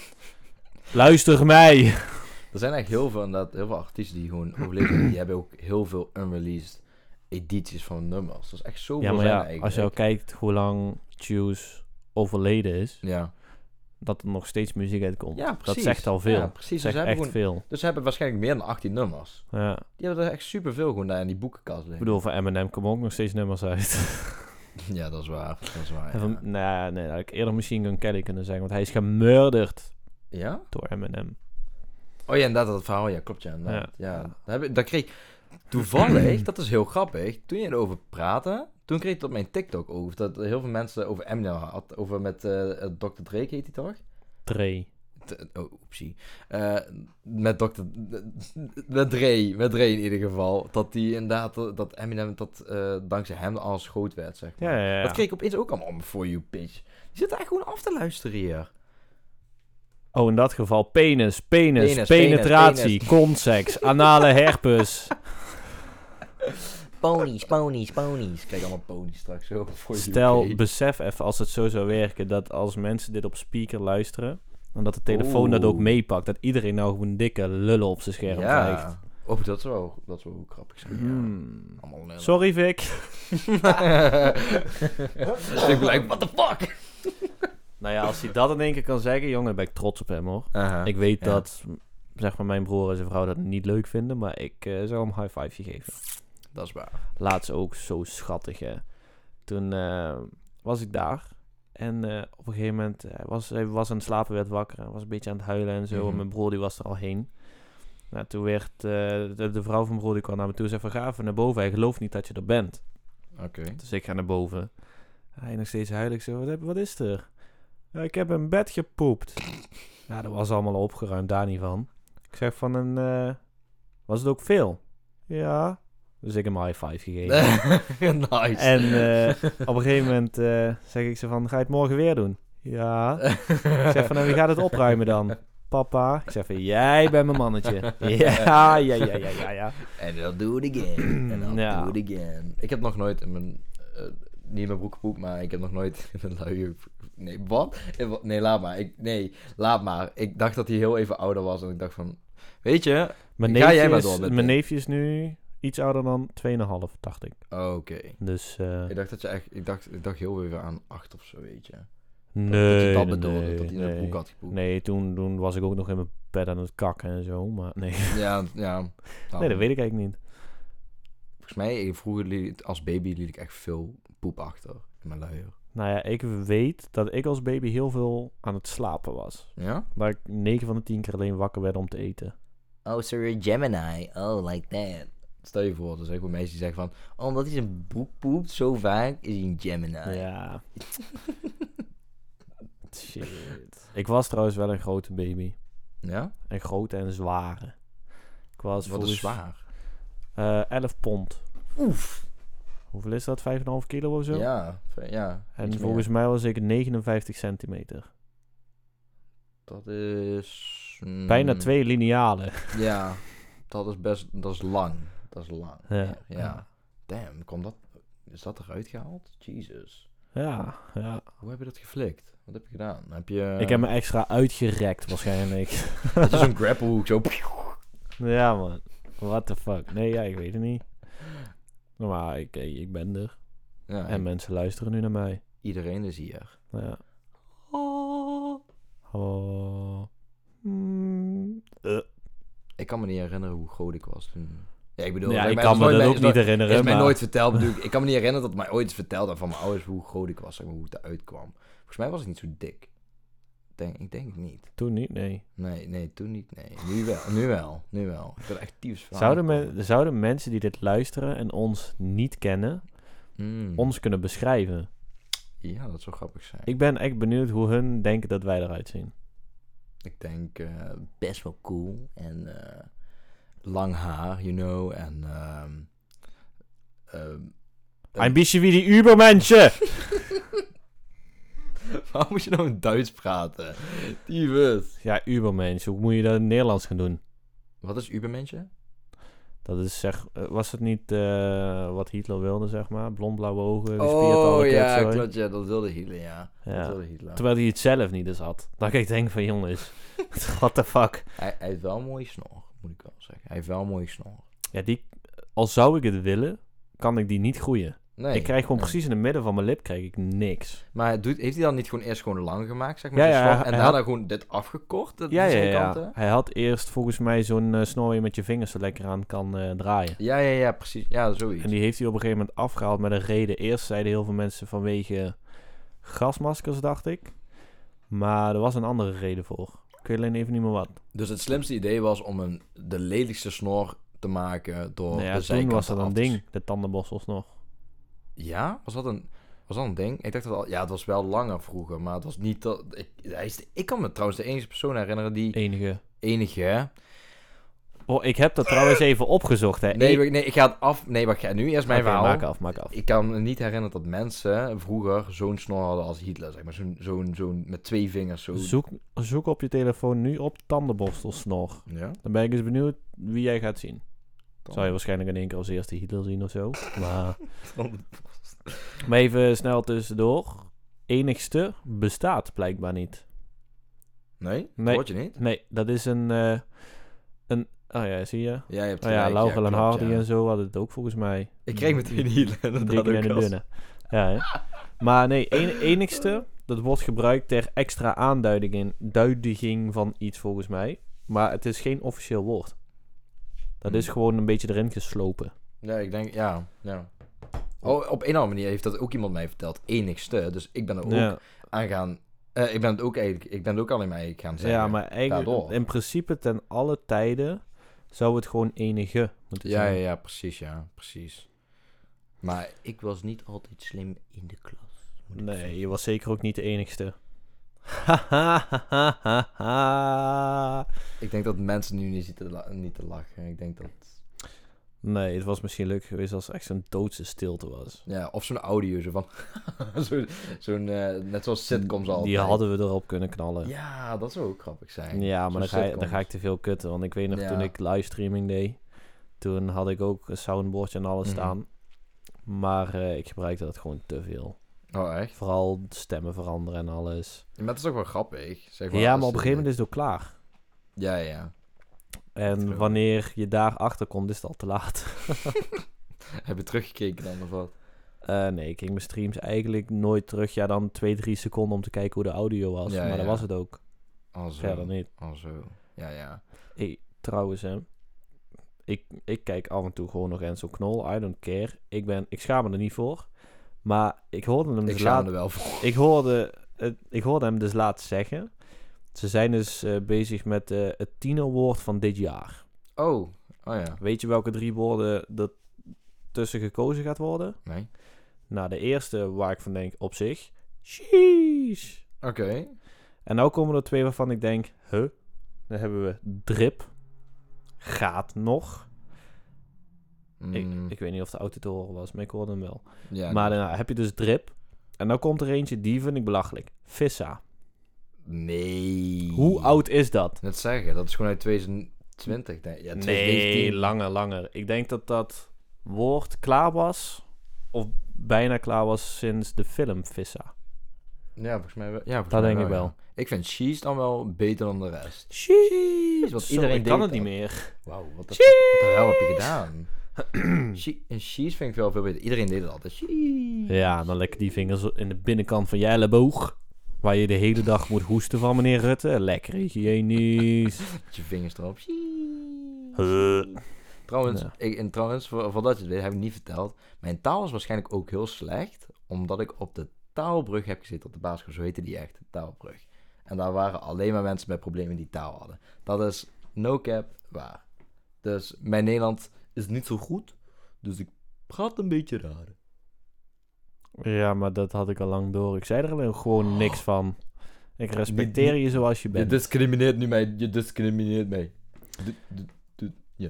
Luister mij. Er zijn echt heel veel, inderdaad, heel veel artiesten die gewoon overleven. Die hebben ook heel veel unreleased edities van nummers. Dat is echt zoveel Ja, maar zijn ja, eigenlijk. als je ook kijkt hoe lang Juice overleden is, Ja. dat er nog steeds muziek uitkomt. Ja, precies. Dat zegt al veel. Ja, precies. Dat zegt Dus ze echt hebben veel. Dus ze hebben waarschijnlijk meer dan achttien nummers. Ja. Die hebben er echt superveel gewoon daar in die boekenkast Ik liggen. bedoel, voor Eminem komen ook nog steeds nummers uit. Ja, dat is waar. Dat is waar, En van, ja. nee, nee, dat had ik eerder Machine Gun Kelly kunnen zeggen, want hij is gemurderd Ja? door Eminem. Oh ja, inderdaad, dat verhaal. Ja, klopt, ja. inderdaad. Ja. Ja. Daar, heb ik, daar kreeg toevallig, dat is heel grappig, toen je erover praatte, toen kreeg ik op mijn TikTok over, dat heel veel mensen over Eminem had, over met uh, dokter Drake heet hij toch? Dre. T- oh, oepsie. Uh, met dokter Met Dre, met Dre in ieder geval. Dat die inderdaad, dat Eminem, dat uh, dankzij hem alles groot werd, zeg maar. Ja, ja, ja. Dat kreeg ik opeens ook allemaal op mijn For You page. Die zit echt gewoon af te luisteren hier. Oh, in dat geval penis, penis, Penis, penetratie, penis, conseks, anale herpes. Ponies, ponies, ponies. Ik krijg allemaal ponies straks zo op For You Stel, page. besef even als het zo zou werken, dat als mensen dit op speaker luisteren, en dat de telefoon dat ook Oeh. meepakt, dat iedereen nou gewoon dikke lullen op zijn scherm krijgt. Ja. Oh, dat is wel, dat is wel grappig. Ja. Hmm. Allemaal lullen. Sorry, Vic. Ik ben like, what the fuck? Nou ja, als hij dat in één keer kan zeggen, jongen, dan ben ik trots op hem, hoor. Uh-huh. Ik weet Ja. dat, zeg maar, mijn broer en zijn vrouw dat niet leuk vinden, maar ik eh, zou hem high five geven. Dat is waar. Laatst ook zo schattig, hè. Toen eh, was ik daar en eh, op een gegeven moment, hij was, hij was aan het slapen, werd wakker en was een beetje aan het huilen en zo. Mhm. En mijn broer die was er al heen. Nou, toen werd eh, de, de vrouw van mijn broer die kwam naar me toe en zei van, ga even naar boven, hij gelooft niet dat je er bent. Oké. Dus ik ga naar boven. Hij nog steeds huilen. Ik zo, wat, heb, wat is er? Ja, ik heb een bed gepoept. Ja, dat was allemaal opgeruimd, daar niet van. Ik zeg van een... eh, was het ook veel? Ja. Dus ik heb hem een high five gegeven. Nice. En eh, op een gegeven moment eh, zeg ik ze van, ga je het morgen weer doen? Ja. Ik zeg van, en wie gaat het opruimen dan? Papa. Ik zeg van, jij bent mijn mannetje. Ja, ja, ja, ja, ja, ja. En I'll do it again. En I'll Ja. do it again. Ik heb nog nooit in mijn... Uh, niet in mijn broek gepoept, maar ik heb nog nooit in een luie... Nee, wat? Nee, laat maar. Ik, nee, laat maar. Ik dacht dat hij heel even ouder was en ik dacht van... Weet je... Mijn Ga jij neefje, maar is, door met mijn dit. neefje is nu iets ouder dan twee komma vijf, dacht ik. Oké. Dus... eh, Ik dacht dat je echt... Ik dacht, ik dacht heel even aan acht of zo, weet je. Nee, dat hij dat nee, bedoelde, nee, dat hij in de nee. broek had gepoept. Nee, toen, toen was ik ook nog in mijn bed aan het kakken en zo, maar nee. Ja, ja. Nee, dat weet ik eigenlijk niet. Volgens mij, vroeger liet, als baby liet ik echt veel poep achter in mijn luier. Nou ja, ik weet dat ik als baby heel veel aan het slapen was. Ja? Dat ik negen van de tien keer alleen wakker werd om te eten. Oh, so you're a Gemini. Oh, like that. Stel je voor, er zijn gewoon mensen die zeggen van... Oh, omdat hij zijn broek poept zo vaak, is hij een Gemini. Ja. Shit. Ik was trouwens wel een grote baby. Ja? Een grote en zware. Ik was Wat is zwaar. Uh, elf pond. Oef. Hoeveel is dat? vijf komma vijf kilo of zo? Ja, v- ja. En iets volgens meer. mij was ik negenenvijftig centimeter. Dat is... mm, Bijna twee linealen. Ja, dat is best... Dat is lang. Dat is lang. Ja. Ja. ja. Damn, komt dat... Is dat eruit gehaald? Jesus. Ja, ja. Hoe heb je dat geflikt? Wat heb je gedaan? Heb je... Ik heb me extra uitgerekt waarschijnlijk. Had je zo'n grapplehoek zo... Ja man. What the fuck. Nee, ja, ik weet het niet. Maar ik, ik ben er. Ja, En mensen luisteren nu naar mij. iedereen is hier. Ja. Oh. Mm. Uh. Ik kan me niet herinneren hoe groot ik was toen. Ja, ik bedoel... Ja, zeg ik maar, kan is me nooit dat mij- ook is niet nooit- herinneren. is mij maar- nooit verteld. Bedoel, ik ik kan me niet herinneren dat mij ooit is verteld had van mijn ouders hoe groot ik was. Zeg maar, hoe het eruit kwam. Volgens mij was ik niet zo dik. Denk, ik denk het niet. Toen niet, nee. Nee, nee, toen niet. Nee, nu wel. Nu wel. Nu wel. Ik ben echt tyfus van. Zouden, men, zouden mensen die dit luisteren en ons niet kennen, Mm. ons kunnen beschrijven? Ja, dat zou grappig zijn. Ik, Ik ben echt benieuwd hoe hun denken dat wij eruit zien. ik denk eh, best wel cool. En eh, lang haar, you know. En... ehm ehm, Ein bisschen wie die Übermenschen! waarom moet je nou in Duits praten? Tyfus. Ja, Übermensch. Hoe moet je dat in het Nederlands gaan doen? Wat is Ubermensje? Dat is zeg... eh, Was het niet eh, wat Hitler wilde, zeg maar? Blond-blauwe ogen, gespierd Oh alle ja, kutzooi. klopt. Ja, dat wilde Hitler, ja. Dat Ja. wilde Hitler. Terwijl hij het zelf niet eens had. Dat ik denk van, jongens, what the fuck? Hij, hij heeft wel een mooie snor, moet ik wel zeggen. Hij heeft wel een mooie snor. Ja, die... Al zou ik het willen, kan ik die niet groeien. Nee. ik krijg gewoon nee. precies in het midden van mijn lip krijg ik niks. Maar doet, heeft hij dan niet gewoon eerst gewoon lang gemaakt, zeg maar? Ja, zijn ja, snor, en hij daarna had- gewoon dit afgekort? Dat, Ja, die ja, ja. zijkanten? Hij had eerst volgens mij zo'n uh, snor waar je met je vingers zo lekker aan kan eh, draaien. Ja, ja, ja, precies. Ja, zoiets. En die heeft hij op een gegeven moment afgehaald met een reden. Eerst zeiden heel veel mensen vanwege gasmaskers, dacht ik. Maar er was een andere reden voor. Ik weet alleen even niet meer wat. Dus het slimste idee was om een, de lelijkste snor te maken door Nou ja, de toen zijkanten was dat af een te ding, de tandenborstels nog. Ja? Was dat een, was dat een ding? Ik dacht dat al... Ja, het was wel langer vroeger, maar het was niet... Dat, ik, hij is de- ik kan me trouwens de enige persoon herinneren die... Enige. Enige, hè? Oh, ik heb dat trouwens even opgezocht, hè. Nee, Eén- wacht, nee, ik ga het af... Nee, wacht, ga nu eerst mijn Oké, verhaal. maak af, maak af. Ik kan me niet herinneren dat mensen vroeger zo'n snor hadden als Hitler, zeg maar. Zo'n, zo'n, zo'n met twee vingers zo... Zoek, zoek op je telefoon nu op tandenborstelsnor. Ja? Dan ben ik eens benieuwd wie jij gaat zien. Zou je waarschijnlijk in één keer als eerste Hitler zien of zo. Maar, maar even snel tussendoor. Enigste bestaat blijkbaar niet. Nee? Nee. Hoort je niet? Nee, dat is een... eh, een oh ja, zie je? Ja, je hebt Oh ja, gelijk, Laurel en klopt, Hardy ja. en zo hadden het ook volgens mij. Ik kreeg meteen Hitler. Dat Dikke en ook de als- dunne. Ja, hè? Maar nee, en, enigste, dat wordt gebruikt ter extra aanduiding duidiging van iets volgens mij. Maar het is geen officieel woord. Dat is Hmm. gewoon een beetje erin geslopen. Ja, ik denk, ja. ja. Oh, op een of andere manier heeft dat ook iemand mij verteld. Enigste. Dus ik ben er ook Ja, aan gaan... eh, ik ben het ook eigenlijk... Ik ben het ook alleen maar gaan zeggen. ja, maar eigenlijk daardoor. in principe ten alle tijden zou het gewoon enige moeten Ja, ja, zijn. ja, precies, ja. Precies. Maar ik was niet altijd slim in de klas. moet ik Nee, zeggen. je was zeker ook niet de enigste. Ik denk dat mensen nu niet zitten la- niet te lachen. Ik denk dat... Nee, het was misschien leuk geweest als er echt zo'n doodse stilte was. Ja, of zo'n audio, zo van... zo, zo'n... eh, net zoals sitcoms altijd. Die hadden we erop kunnen knallen. Ja, dat zou ook grappig zijn. Ja, maar Zo'n dan ga, je, dan sitcoms. ga ik te veel kutten. Want ik weet nog, Ja. toen ik livestreaming deed, toen had ik ook een soundboard en alles Mhm. staan. Maar eh, ik gebruikte dat gewoon te veel. Oh, echt? Vooral stemmen veranderen en alles. Ja, maar het is ook wel grappig. Zeg maar, Ja, als maar op een het- gegeven moment is het ook klaar. Ja, ja. En geloof ik. wanneer je daar achter komt, is het al te laat. Heb je teruggekeken dan of wat? Uh, nee, ik ging mijn streams eigenlijk nooit terug. Ja, dan twee, drie seconden om te kijken hoe de audio was. Ja, maar ja. dat was het ook. Al zo. Verder niet. Al zo. Ja, ja. Hey, trouwens, hè. Ik, ik kijk af en toe gewoon nog Enzo Knol. I don't care. Ik, ben, ik schaam me er niet voor. Maar ik hoorde hem Ik dus schaam laat... er wel voor. Ik hoorde, het, ik hoorde hem dus laatst zeggen. Ze zijn dus uh, bezig met uh, het tienerwoord van dit jaar. Oh. Oh ja. Weet je welke drie woorden er tussen gekozen gaat worden? Nee. Nou, de eerste waar ik van denk, op zich. Sheesh. Oké. Okay. En nou komen er twee waarvan ik denk, huh? Dan hebben we drip. Gaat nog. Mm. Ik, ik weet niet of de auto te horen was, maar ik hoorde hem wel. Ja, maar dus. dan heb je dus drip. En dan komt er eentje, die vind ik belachelijk. Vissa. Nee. Hoe oud is dat? Net zeggen, dat is gewoon uit twintig twintig. Denk ik. Ja, twintig negentien. Nee, langer, langer. Ik denk dat dat woord klaar was. Of bijna klaar was sinds de film Vissa. Ja, volgens mij wel. Ja, volgens Dat mij denk ik wel. wel. Ja. Ik vind cheese dan wel beter dan de rest. Sheesh. Want Zo, iedereen ik kan deed het niet dat. meer. Wauw, wat de wat de hel heb je gedaan? Che- en cheese vind ik wel veel beter. Iedereen deed het altijd. Cheese. Ja, dan lekker die vingers in de binnenkant van je elleboog. Waar je de hele dag moet hoesten van meneer Rutte. Lekker hygiënisch. Met je vingers erop. Cheese. Huh. Trouwens, Ja. ik, en trouwens, voor, voordat je het weet, heb ik niet verteld. Mijn taal is waarschijnlijk ook heel slecht. Omdat ik op de taalbrug heb gezeten op de basisschool. Zo heette die echt, de taalbrug. En daar waren alleen maar mensen met problemen die taal hadden. Dat is no cap waar. Dus mijn Nederland is niet zo goed. Dus ik praat een beetje raar. Ja, maar dat had ik al lang door. Ik zei er alleen gewoon niks van. Ik respecteer Niet- je zoals je Je bent. discrimineert nu mij. Je discrimineert mij. Doe- doe- doe- ja.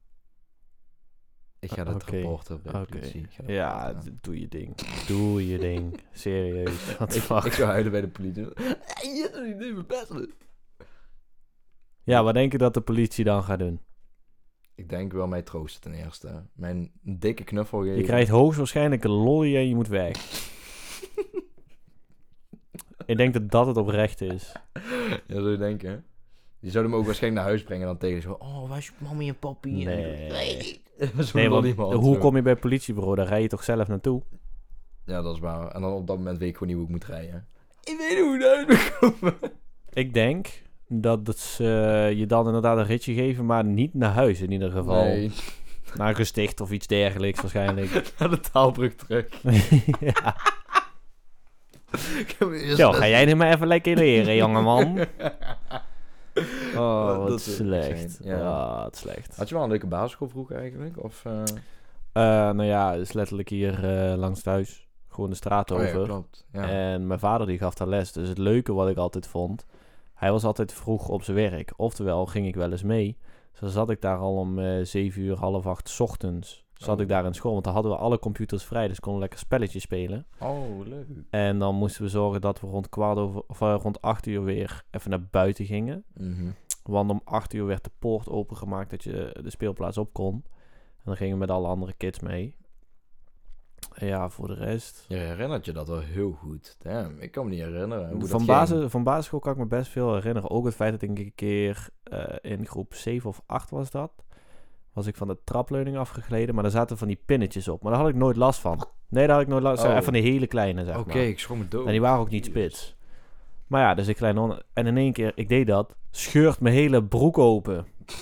Ik ga dat Oké, rapporten bij de Oké. politie. Ik ga dat Ja, rapporten. d- doe je ding. Doe je ding. Serieus. Wat de Ik, fuck? ik zou huilen bij de politie. Ja, ik neem mijn best. Ja, wat denk je dat de politie dan gaat doen? Ik denk wel mij troosten ten eerste. Mijn dikke knuffel geven. Je krijgt hoogstwaarschijnlijk een lolly en je moet weg. Ik denk dat dat het oprecht is. Ja, zou je denken. Die zouden me ook waarschijnlijk naar huis brengen dan tegen zo. Oh, waar is je mommy en papi? Nee. Zo Nee, wil want iemand, hoe zo. kom je bij het politiebureau? Daar rij je toch zelf naartoe? Ja, dat is waar. En dan op dat moment weet ik gewoon niet hoe ik moet rijden. Ik weet hoe het uit moet komen. Ik denk dat het, ze je dan inderdaad een ritje geven, maar niet naar huis in ieder geval. Nee, Naar een gesticht of iets dergelijks waarschijnlijk. naar de taalbrug terug. Ja. Ik heb eerst Zo, net- ga jij nu maar even lekker leren, jongeman. Oh, Dat wat is slecht. insane, ja. Ja, wat slecht. Had je wel een leuke basisschool vroeger eigenlijk? Of, uh... Eh, nou ja, het is letterlijk hier eh, langs thuis. Gewoon de straat Oh ja, over. klopt. Ja. En mijn vader die gaf daar les. Dus het leuke wat ik altijd vond, hij was altijd vroeg op zijn werk. Oftewel ging ik wel eens mee. Dus dan zat ik daar al om eh, zeven uur, half acht 's ochtends. Zat Oh. ik daar in school, want dan hadden we alle computers vrij. Dus konden lekker spelletjes spelen. Oh, leuk. En dan moesten we zorgen dat we rond kwart over, of eh, rond acht uur weer even naar buiten gingen. Mhm. Want om acht uur werd de poort opengemaakt dat je de speelplaats op kon. En dan gingen we met alle andere kids mee. En ja, voor de rest... Je herinnert je dat wel heel goed. Damn, ik kan me niet herinneren. Hoe dat Van, ging. basis, van basisschool kan ik me best veel herinneren. Ook het feit dat ik een keer uh, in groep zeven of acht was dat. Was ik van de trapleuning afgegleden. Maar daar zaten van die pinnetjes op. Maar daar had ik nooit last van. Nee, daar had ik nooit last van. Oh. Echt van die hele kleine, zeg Oké, maar. ik schrok me dood. En die waren ook niet Jezus. spits. Maar ja, dus ik klein on- En in één keer, ik deed dat. Scheurt mijn hele broek open.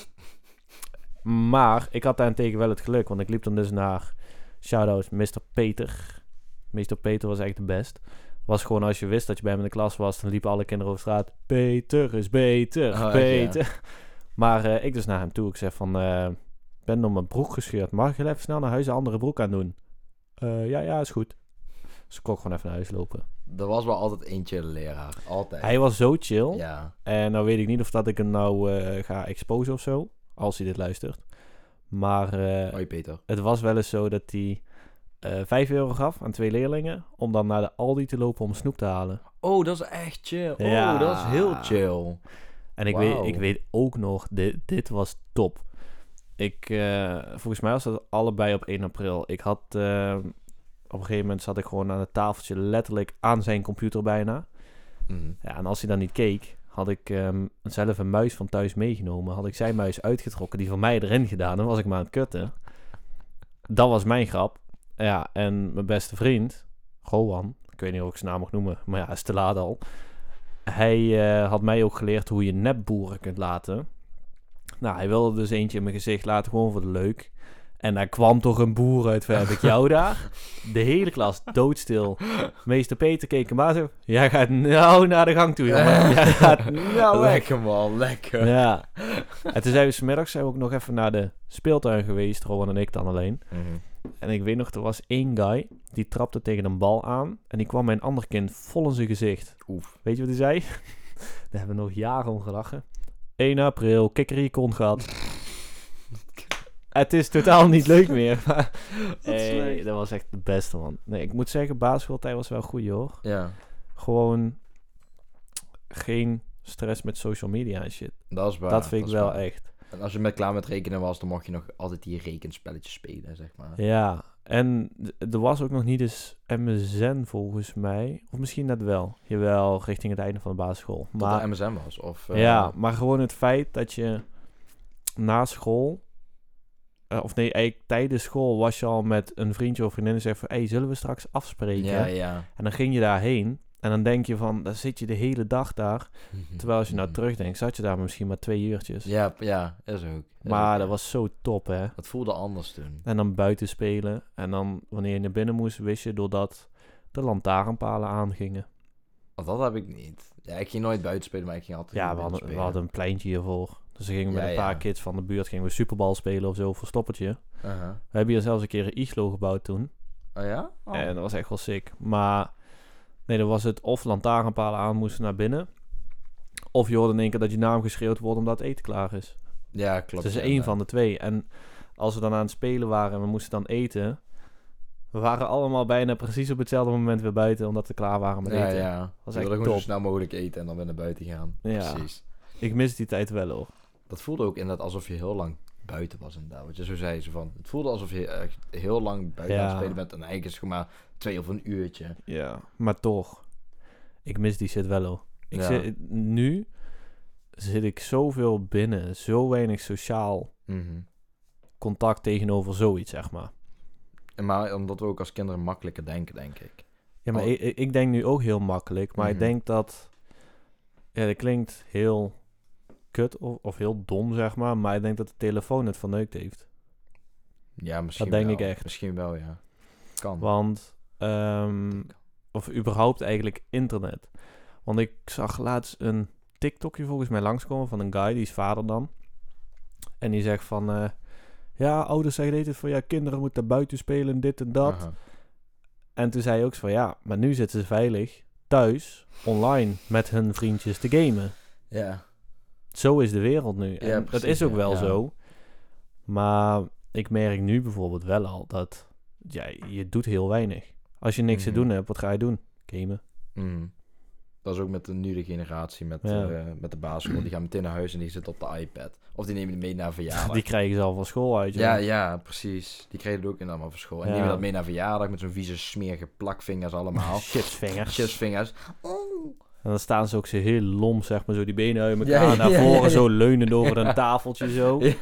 Maar ik had daarentegen wel het geluk. Want ik liep dan dus naar... Shout-out mister Peter. mister Peter was echt de best. Was gewoon als je wist dat je bij hem in de klas was... dan liepen alle kinderen over straat... Peter is beter, Oh, echt, Peter. Maar uh, ik dus naar hem toe. Ik zeg van... Uh, ben door mijn broek gescheurd. Mag je even snel naar huis een andere broek aan doen? Uh, ja, ja, is goed. Dus ik kon gewoon even naar huis lopen. Er was wel altijd één chille leraar. Altijd. Hij was zo chill. Ja. En nou weet ik niet of dat ik hem nou uh, ga exposen of zo. Als hij dit luistert. Maar uh, Hoi Peter. het was wel eens zo dat hij uh, vijf euro gaf aan twee leerlingen. Om dan naar de Aldi te lopen om snoep te halen. Oh, dat is echt chill. Oh, Ja. dat is heel chill. En ik, Wauw. weet, ik weet ook nog, dit, dit was top. Ik, uh, volgens mij was dat allebei op één april. Ik had, uh, op een gegeven moment zat ik gewoon aan het tafeltje letterlijk aan zijn computer bijna. Mm. Ja, en als hij dan niet keek, had ik um, zelf een muis van thuis meegenomen. Had ik zijn muis uitgetrokken, die van mij erin gedaan. Dan was ik maar aan het kutten. Dat was mijn grap. Ja, en mijn beste vriend, Gohan, ik weet niet of ik zijn naam mag noemen, maar ja, is te laat al. Hij uh, had mij ook geleerd hoe je nepboeren kunt laten. Nou, hij wilde dus eentje in mijn gezicht laten, gewoon voor de leuk. En daar kwam toch een boer uit, waar heb ik jou daar? De hele klas doodstil. Meester Peter keek hem aan zo. Jij gaat nou naar de gang toe, jongen. Jij gaat nou weg. Lekker man, lekker. Ja. En toen zijn we 's middags zijn we ook nog even naar de speeltuin geweest, Rowan en ik dan alleen. Mm-hmm. En ik weet nog, er was één guy, die trapte tegen een bal aan. En die kwam bij een ander kind vol in zijn gezicht. Oef. Weet je wat hij zei? Daar hebben we nog jaren om gelachen. één april, kikkerikon gehad. Het is totaal niet leuk meer. Maar, hey, dat was echt de beste, man. Nee, ik moet zeggen, basisschooltijd was wel goed, hoor. Ja. Gewoon geen stress met social media en shit. Dat is waar. dat vind ik is wel waar. echt. En als je met klaar met rekenen was, dan mocht je nog altijd die rekenspelletjes spelen, zeg maar. Ja, en d- er was ook nog niet eens M S N volgens mij. Of misschien net wel. Jawel, richting het einde van de basisschool. Tot Maar, de M S N was. Of, uh, ja, maar gewoon het feit dat je na school... Uh, of nee, eigenlijk tijdens school was je al met een vriendje of vriendin en zei van... Hé, hey, zullen we straks afspreken? Ja, ja. En dan ging je daarheen. En dan denk je van, dan zit je de hele dag daar. Terwijl als je nou terugdenkt, zat je daar misschien maar twee uurtjes. Ja, ja, is ook. Is maar ook, dat ja. was zo top, hè. Het voelde anders toen. En dan buiten spelen. En dan, wanneer je naar binnen moest, wist je doordat de lantaarnpalen aangingen. Want dat heb ik niet. Ja, ik ging nooit buiten spelen, maar ik ging altijd Ja, naar we binnen hadden, we spelen. hadden een pleintje hiervoor. Dus dan gingen we Ja, met een paar ja. kids van de buurt gingen we superbal spelen of zo, voor stoppertje. Uh-huh. We hebben hier zelfs een keer een iglo gebouwd toen. Oh ja? Oh. En dat was echt wel sick. Maar nee, dan was het of lantaarnpalen aan moesten naar binnen. Of je hoorde in één keer dat je naam geschreeuwd wordt omdat het eten klaar is. Ja, klopt. Het is ja, één ja. van de twee. En als we dan aan het spelen waren en we moesten dan eten... We waren allemaal bijna precies op hetzelfde moment weer buiten, omdat we klaar waren met Ja, eten. ja. Dat We was wilden echt gewoon top. zo snel mogelijk eten en dan weer naar buiten gaan. Ja. Precies. Ik mis die tijd wel, hoor. Dat voelde ook inderdaad alsof je heel lang buiten was inderdaad. Wat je zo zei, zo van, het voelde alsof je echt heel lang buiten Ja. aan het spelen bent. En eigenlijk is het gewoon maar twee of een uurtje. Ja, maar toch. Ik mis die shit wel, hoor. Ik Ja. zit, nu zit ik zoveel binnen, zo weinig sociaal Mhm. contact tegenover zoiets, zeg maar. En maar omdat we ook als kinderen makkelijker denken, denk ik. Ja, maar Oh. ik, ik denk nu ook heel makkelijk, maar Mhm. ik denk dat... Ja, dat klinkt heel kut of, of heel dom, zeg maar, maar ik denk dat de telefoon het verneukt heeft. Ja, misschien Dat denk wel. ik echt. Misschien wel, ja. Kan. Want, ehm, of überhaupt eigenlijk internet. Want ik zag laatst een TikTokje volgens mij langskomen van een guy, die is vader dan. En die zegt van, eh, ja, ouders zeggen dit van, ja, kinderen moeten buiten spelen, dit en dat. Aha. En toen zei hij ook zo van, ja, maar nu zitten ze veilig thuis, online, met hun vriendjes te gamen. Ja. Zo is de wereld nu. En Ja, dat precies, is ook ja, wel ja. zo. Maar ik merk nu bijvoorbeeld wel al dat, ja, je doet heel weinig. Als je niks Mhm. te doen hebt, wat ga je doen? Gamen. Mhm. Dat is ook met de nieuwe generatie, met, Ja. eh, met de basisschool. Die gaan meteen naar huis en die zitten op de iPad. Of die nemen het mee naar verjaardag. Die krijgen ze al van school uit. Ja, joh. ja, precies. Die kregen het ook in allemaal voor school. En Ja. nemen dat mee naar verjaardag met zo'n vieze smerige plakvingers allemaal. Chipsvingers. Chipsvingers. En dan staan ze ook zo heel lom, zeg maar, zo die benen uit elkaar Ja, naar ja, voren, ja, ja. zo leunend over een tafeltje zo. Ja.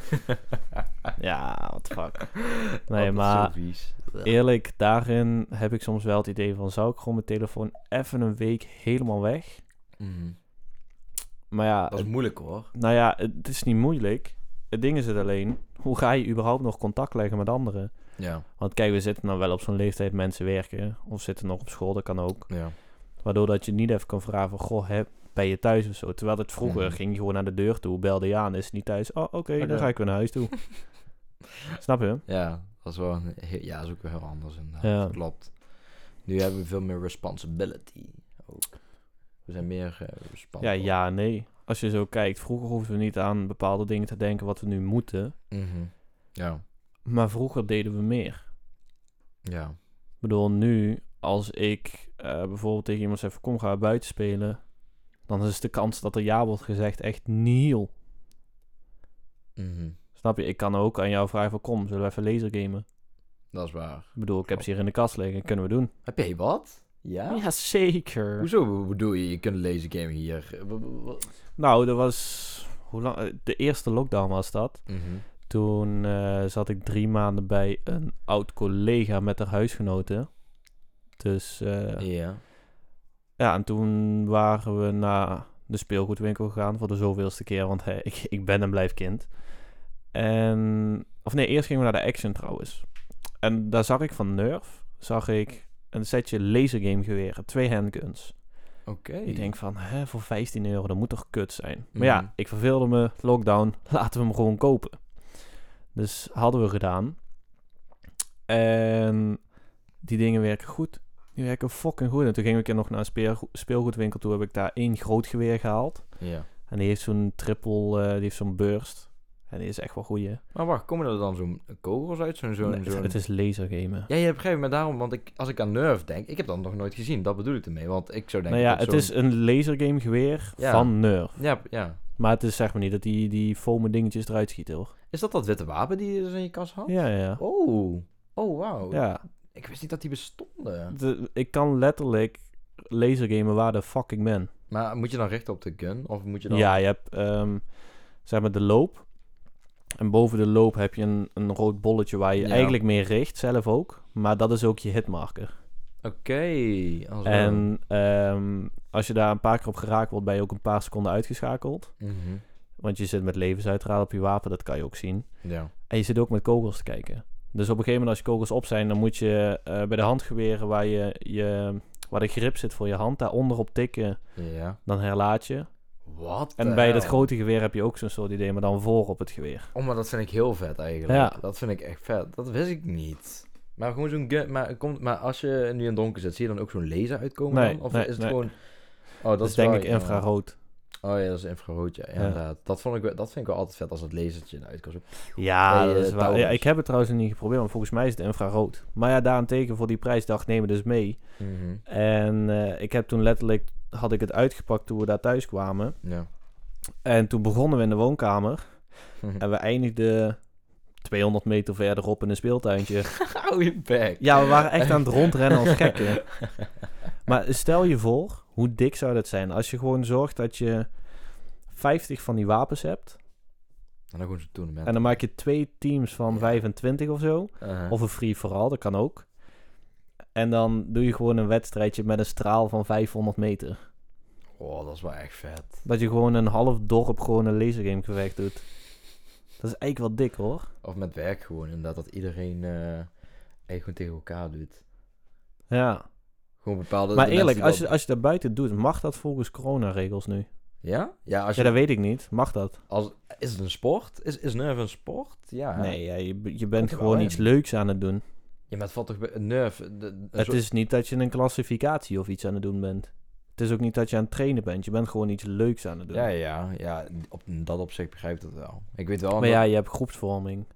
Ja, what the fuck. Oh, Nee, dat is maar zo vies. eerlijk, daarin heb ik soms wel het idee van, zou ik gewoon mijn telefoon even een week helemaal weg? Mhm. Maar ja, Dat is moeilijk hoor. nou ja, het is niet moeilijk. Het ding is het alleen, hoe ga je überhaupt nog contact leggen met anderen? Ja, Want kijk, we zitten nou wel op zo'n leeftijd, mensen werken, of zitten nog op school, dat kan ook. ja. Waardoor dat je niet even kan vragen van, goh, hè, ben je thuis of zo? Terwijl het vroeger Mhm. ging je gewoon naar de deur toe, belde je aan, is het niet thuis? Oh, oké, Oké. dan ga ik weer naar huis toe. Snap je? Ja, dat is wel een, he- ja, dat is ook wel heel anders inderdaad. Ja. Klopt. Nu hebben we veel meer responsibility ook. We zijn meer uh, Ja, responsible. ja, nee. Als je zo kijkt, vroeger hoefden we niet aan bepaalde dingen te denken wat we nu moeten. Mhm. Ja, Maar vroeger deden we meer. ja. Ik bedoel, nu, als ik eh, bijvoorbeeld tegen iemand zeg van, kom, ga we buiten spelen. Dan is de kans dat er ja wordt gezegd echt nihil. Mhm. Snap je? Ik kan ook aan jou vragen van, kom, zullen we even lasergamen? Dat is waar. Ik bedoel, ik heb ze hier in de kast liggen, kunnen we doen. Heb jij wat? Ja? Ja, zeker. Hoezo hoe bedoel je, je kunt lezen game hier? W- w- w- Nou, dat was... Hoe lang? eh, De eerste lockdown was dat. Mhm. Toen uh, zat ik drie maanden bij een oud collega met haar huisgenoten. Dus uh, Ja. ja, en toen waren we naar de speelgoedwinkel gegaan voor de zoveelste keer, want hey, ik, ik ben en blijf kind. En, of nee, eerst gingen we naar de Action trouwens. En daar zag ik van Nerf, zag ik een setje lasergamegeweren, twee handguns. Oké. Ik denk van, hè, voor vijftien euro, dat moet toch kut zijn. Mhm. Maar ja, ik verveelde me, lockdown, laten we hem gewoon kopen. Dus hadden we gedaan. En die dingen werken goed. Die werken fucking goed. En toen ging ik er nog naar een speel- speelgoedwinkel toe. Heb ik daar één groot geweer gehaald. Ja. En die heeft zo'n triple, uh, die heeft zo'n burst. En die is echt wel goeie. Maar wacht, komen er dan zo'n kogels uit? Zo'n, zo'n, Nee, het, zo'n... het is lasergamen. Ja, je begrijpt me daarom, want ik, als ik aan Nerf denk, ik heb dat nog nooit gezien. Dat bedoel ik ermee, want ik zou denken... Nou ja, dat het zo'n... is een lasergame geweer Ja. van Nerf. Ja, ja. Maar het is zeg maar niet dat die, die foamen dingetjes eruit schieten, hoor. Is dat dat witte wapen die je dus in je kas had? Ja, ja, ja. Oh. Oh, wauw. Ja. Ik wist niet dat die bestonden. De, ik kan letterlijk lasergamen waar de fuck ik ben. Maar moet je dan richten op de gun? Of moet je dan... Ja, je hebt ehm, zeg maar de loop. En boven de loop heb je een, een rood bolletje waar je Ja. eigenlijk mee richt, zelf ook. Maar dat is ook je hitmarker. Oké. als En ehm, als je daar een paar keer op geraakt wordt, ben je ook een paar seconden uitgeschakeld. wel. Mhm. Want je zit met levensuiteraal op je wapen, dat kan je ook zien. Ja. En je zit ook met kogels te kijken. Dus op een gegeven moment als je kogels op zijn, dan moet je uh, bij de handgeweren waar, je, je, waar de grip zit voor je hand, daaronder op tikken, Ja. dan herlaat je. Wat En de bij hell? dat grote geweer heb je ook zo'n soort idee, maar dan voor op het geweer. Oh, maar dat vind ik heel vet eigenlijk. Ja. Dat vind ik echt vet. Dat wist ik niet. Maar gewoon zo'n gun... Maar, komt, maar als je nu in het donker zit, zie je dan ook zo'n laser uitkomen Nee, dan? Of nee, is het nee. gewoon... Oh, dat, Dat is is denk wel- ik ja. infrarood. Oh ja, dat is infrarood, ja. Inderdaad. Dat, vond ik, wel- dat vind ik wel altijd vet als het lasertje eruit komt. Zo. Ja, Bij, dat eh, is waar. touwens. Ja, ik heb het trouwens nog niet geprobeerd, maar volgens mij is het infrarood. Maar ja, daarentegen voor die prijs dacht nemen dus mee. Mhm. En uh, ik heb toen letterlijk, had ik het uitgepakt toen we daar thuis kwamen. Ja. En toen begonnen we in de woonkamer. En we eindigden tweehonderd meter verderop in een speeltuintje. Hou je bek. Ja, we waren echt aan het rondrennen als gekken. Maar stel je voor, hoe dik zou dat zijn als je gewoon zorgt dat je vijftig van die wapens hebt. En dan gewoon zo'n tournament. En dan maak je twee teams van Ja. vijfentwintig of zo. Uh-huh. Of een free-for-all, dat kan ook. En dan doe je gewoon een wedstrijdje met een straal van vijfhonderd meter. Oh, dat is wel echt vet. Dat je gewoon een half dorp gewoon een lasergamegevecht doet. Dat is eigenlijk wel dik, hoor. Of met werk gewoon, inderdaad, dat iedereen eh echt gewoon tegen elkaar doet. Ja. Gewoon bepaalde... Maar de eerlijk, mensen als die je, als je dat buiten doet, mag dat volgens coronaregels nu? dat- Ja? Ja, als je... Ja, dat weet ik niet. Mag dat? als... Is het een sport? Is, is Nerf een sport? Ja. Nee, ja, je, je Komt bent er gewoon wel iets in. leuks aan het doen. Ja, maar het valt toch bij... Nerf... De, een Het soort- is niet dat je een klassificatie of iets aan het doen bent. Het is ook niet dat je aan het trainen bent. Je bent gewoon iets leuks aan het doen. Ja, ja, ja. Op dat opzicht begrijp ik dat wel. Ik weet wel... Maar dat- ja, je hebt groepsvorming.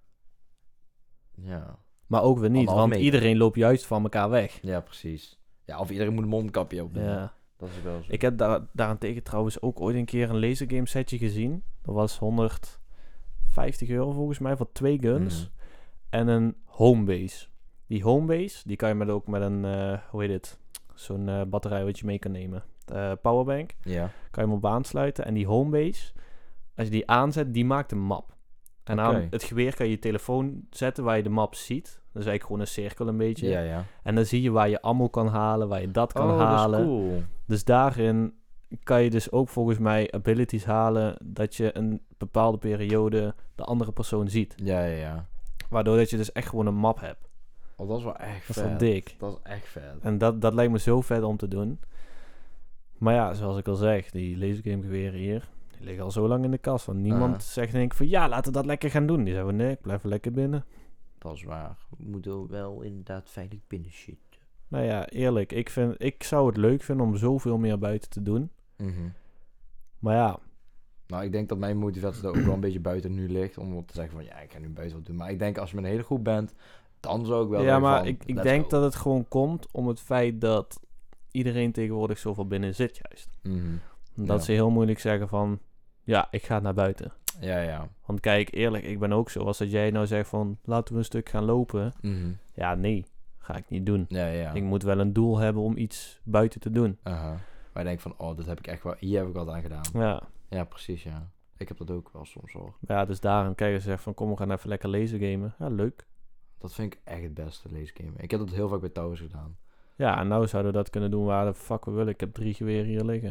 Ja. Maar ook weer niet, Anderhalf want meter. iedereen loopt juist van elkaar weg. Ja, precies. Ja, of iedereen moet een mondkapje op doen. Ja. Dat is wel zo. Ik heb daar, daarentegen trouwens ook ooit een keer een lasergame setje gezien. Dat was honderdvijftig euro volgens mij voor twee guns. Mhm. En een homebase. Die homebase, die kan je met ook met een, eh, hoe heet het? Zo'n eh, batterij wat je mee kan nemen. Eh, powerbank. Ja. Kan je hem op aansluiten. En die homebase, als je die aanzet, die maakt een map. En aan Oké. het geweer kan je je telefoon zetten waar je de map ziet. Dat is eigenlijk gewoon een cirkel een beetje. Ja, ja. En dan zie je waar je ammo kan halen, waar je dat kan oh, halen. dat is cool. Dus daarin kan je dus ook volgens mij abilities halen dat je een bepaalde periode de andere persoon ziet. Ja, ja, ja. Waardoor dat je dus echt gewoon een map hebt. Oh, dat is wel echt Dat vet. is wel dik. Dat is echt vet. En dat, dat lijkt me zo vet om te doen. Maar ja, zoals ik al zeg, die lasergamegeweren hier, die liggen al zo lang in de kast. Want niemand Ah. zegt denk ik van ja, laten we dat lekker gaan doen. Die zeggen nee, ik blijf lekker binnen. Dat is waar. We moeten wel inderdaad veilig binnen zitten. Nou ja, eerlijk, ik, vind, ik zou het leuk vinden om zoveel meer buiten te doen. Mhm. Maar ja, Nou, ik denk dat mijn motivatie er ook wel een beetje buiten nu ligt. Om te zeggen van, ja, ik ga nu buiten wat doen. Maar ik denk, als je met een hele groep bent, dan zou ik wel ja zeggen maar van, ik, ik let's denk go. dat het gewoon komt om het feit dat iedereen tegenwoordig zoveel binnen zit juist. Mhm. Dat Ja. ze heel moeilijk zeggen van, ja, ik ga naar buiten. Ja, ja. Want kijk, eerlijk, ik ben ook zo. Als dat jij nou zegt van, laten we een stuk gaan lopen. Mhm. Ja, nee, ga ik niet doen. Ja, ja. Ik moet wel een doel hebben om iets buiten te doen. Aha. Maar ik denk van, oh, dat heb ik echt wel, hier heb ik wat aan gedaan. Ja, Ja, precies, ja. Ik heb dat ook wel soms hoor. Ja, dus daarom kijk je zegt van kom, we gaan even lekker laser gamen. Ja, leuk. Dat vind ik echt het beste lasergame. Ik heb dat heel vaak bij Towers gedaan. Ja, en nou zouden we dat kunnen doen waar de fuck we willen. Ik heb drie geweren hier liggen.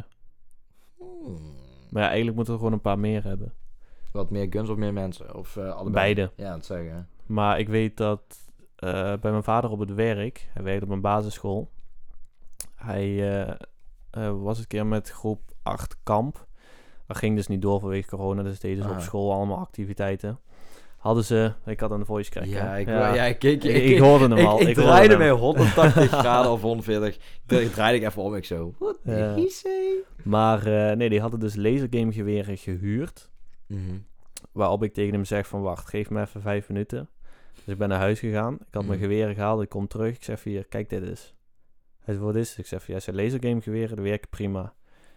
Hmm. Maar ja, eigenlijk moeten we gewoon een paar meer hebben. Wat meer guns of meer mensen? Of uh, allebei? Beide. Ja, dat zeggen. Maar ik weet dat uh, bij mijn vader op het werk, hij werkte op een basisschool. Hij uh, uh, was een keer met groep acht kamp. Dat ging dus niet door vanwege corona, dus deden ze Ah. op school allemaal activiteiten. Hadden ze, ik had een voice crack. Ja, hè? ik, ja. ja, ik keek... ik, Ik, ik hoorde hem ik, al. ik, Ik draaide hoorde mij hem. honderdtachtig graden of honderdveertig. Ik draaide ik even om, ik zo... What Ja. did he say? Maar uh, nee, die hadden dus lasergame geweren gehuurd. Mm-hmm. Waarop ik tegen hem zeg van wacht, geef me even vijf minuten. Dus ik ben naar huis gegaan. Ik had mijn Mhm. geweren gehaald. Ik kom terug. Ik zeg van hier, kijk dit eens. Hij zei, wat is het? Ik zeg van ja, zijn lasergame geweren, die werken prima.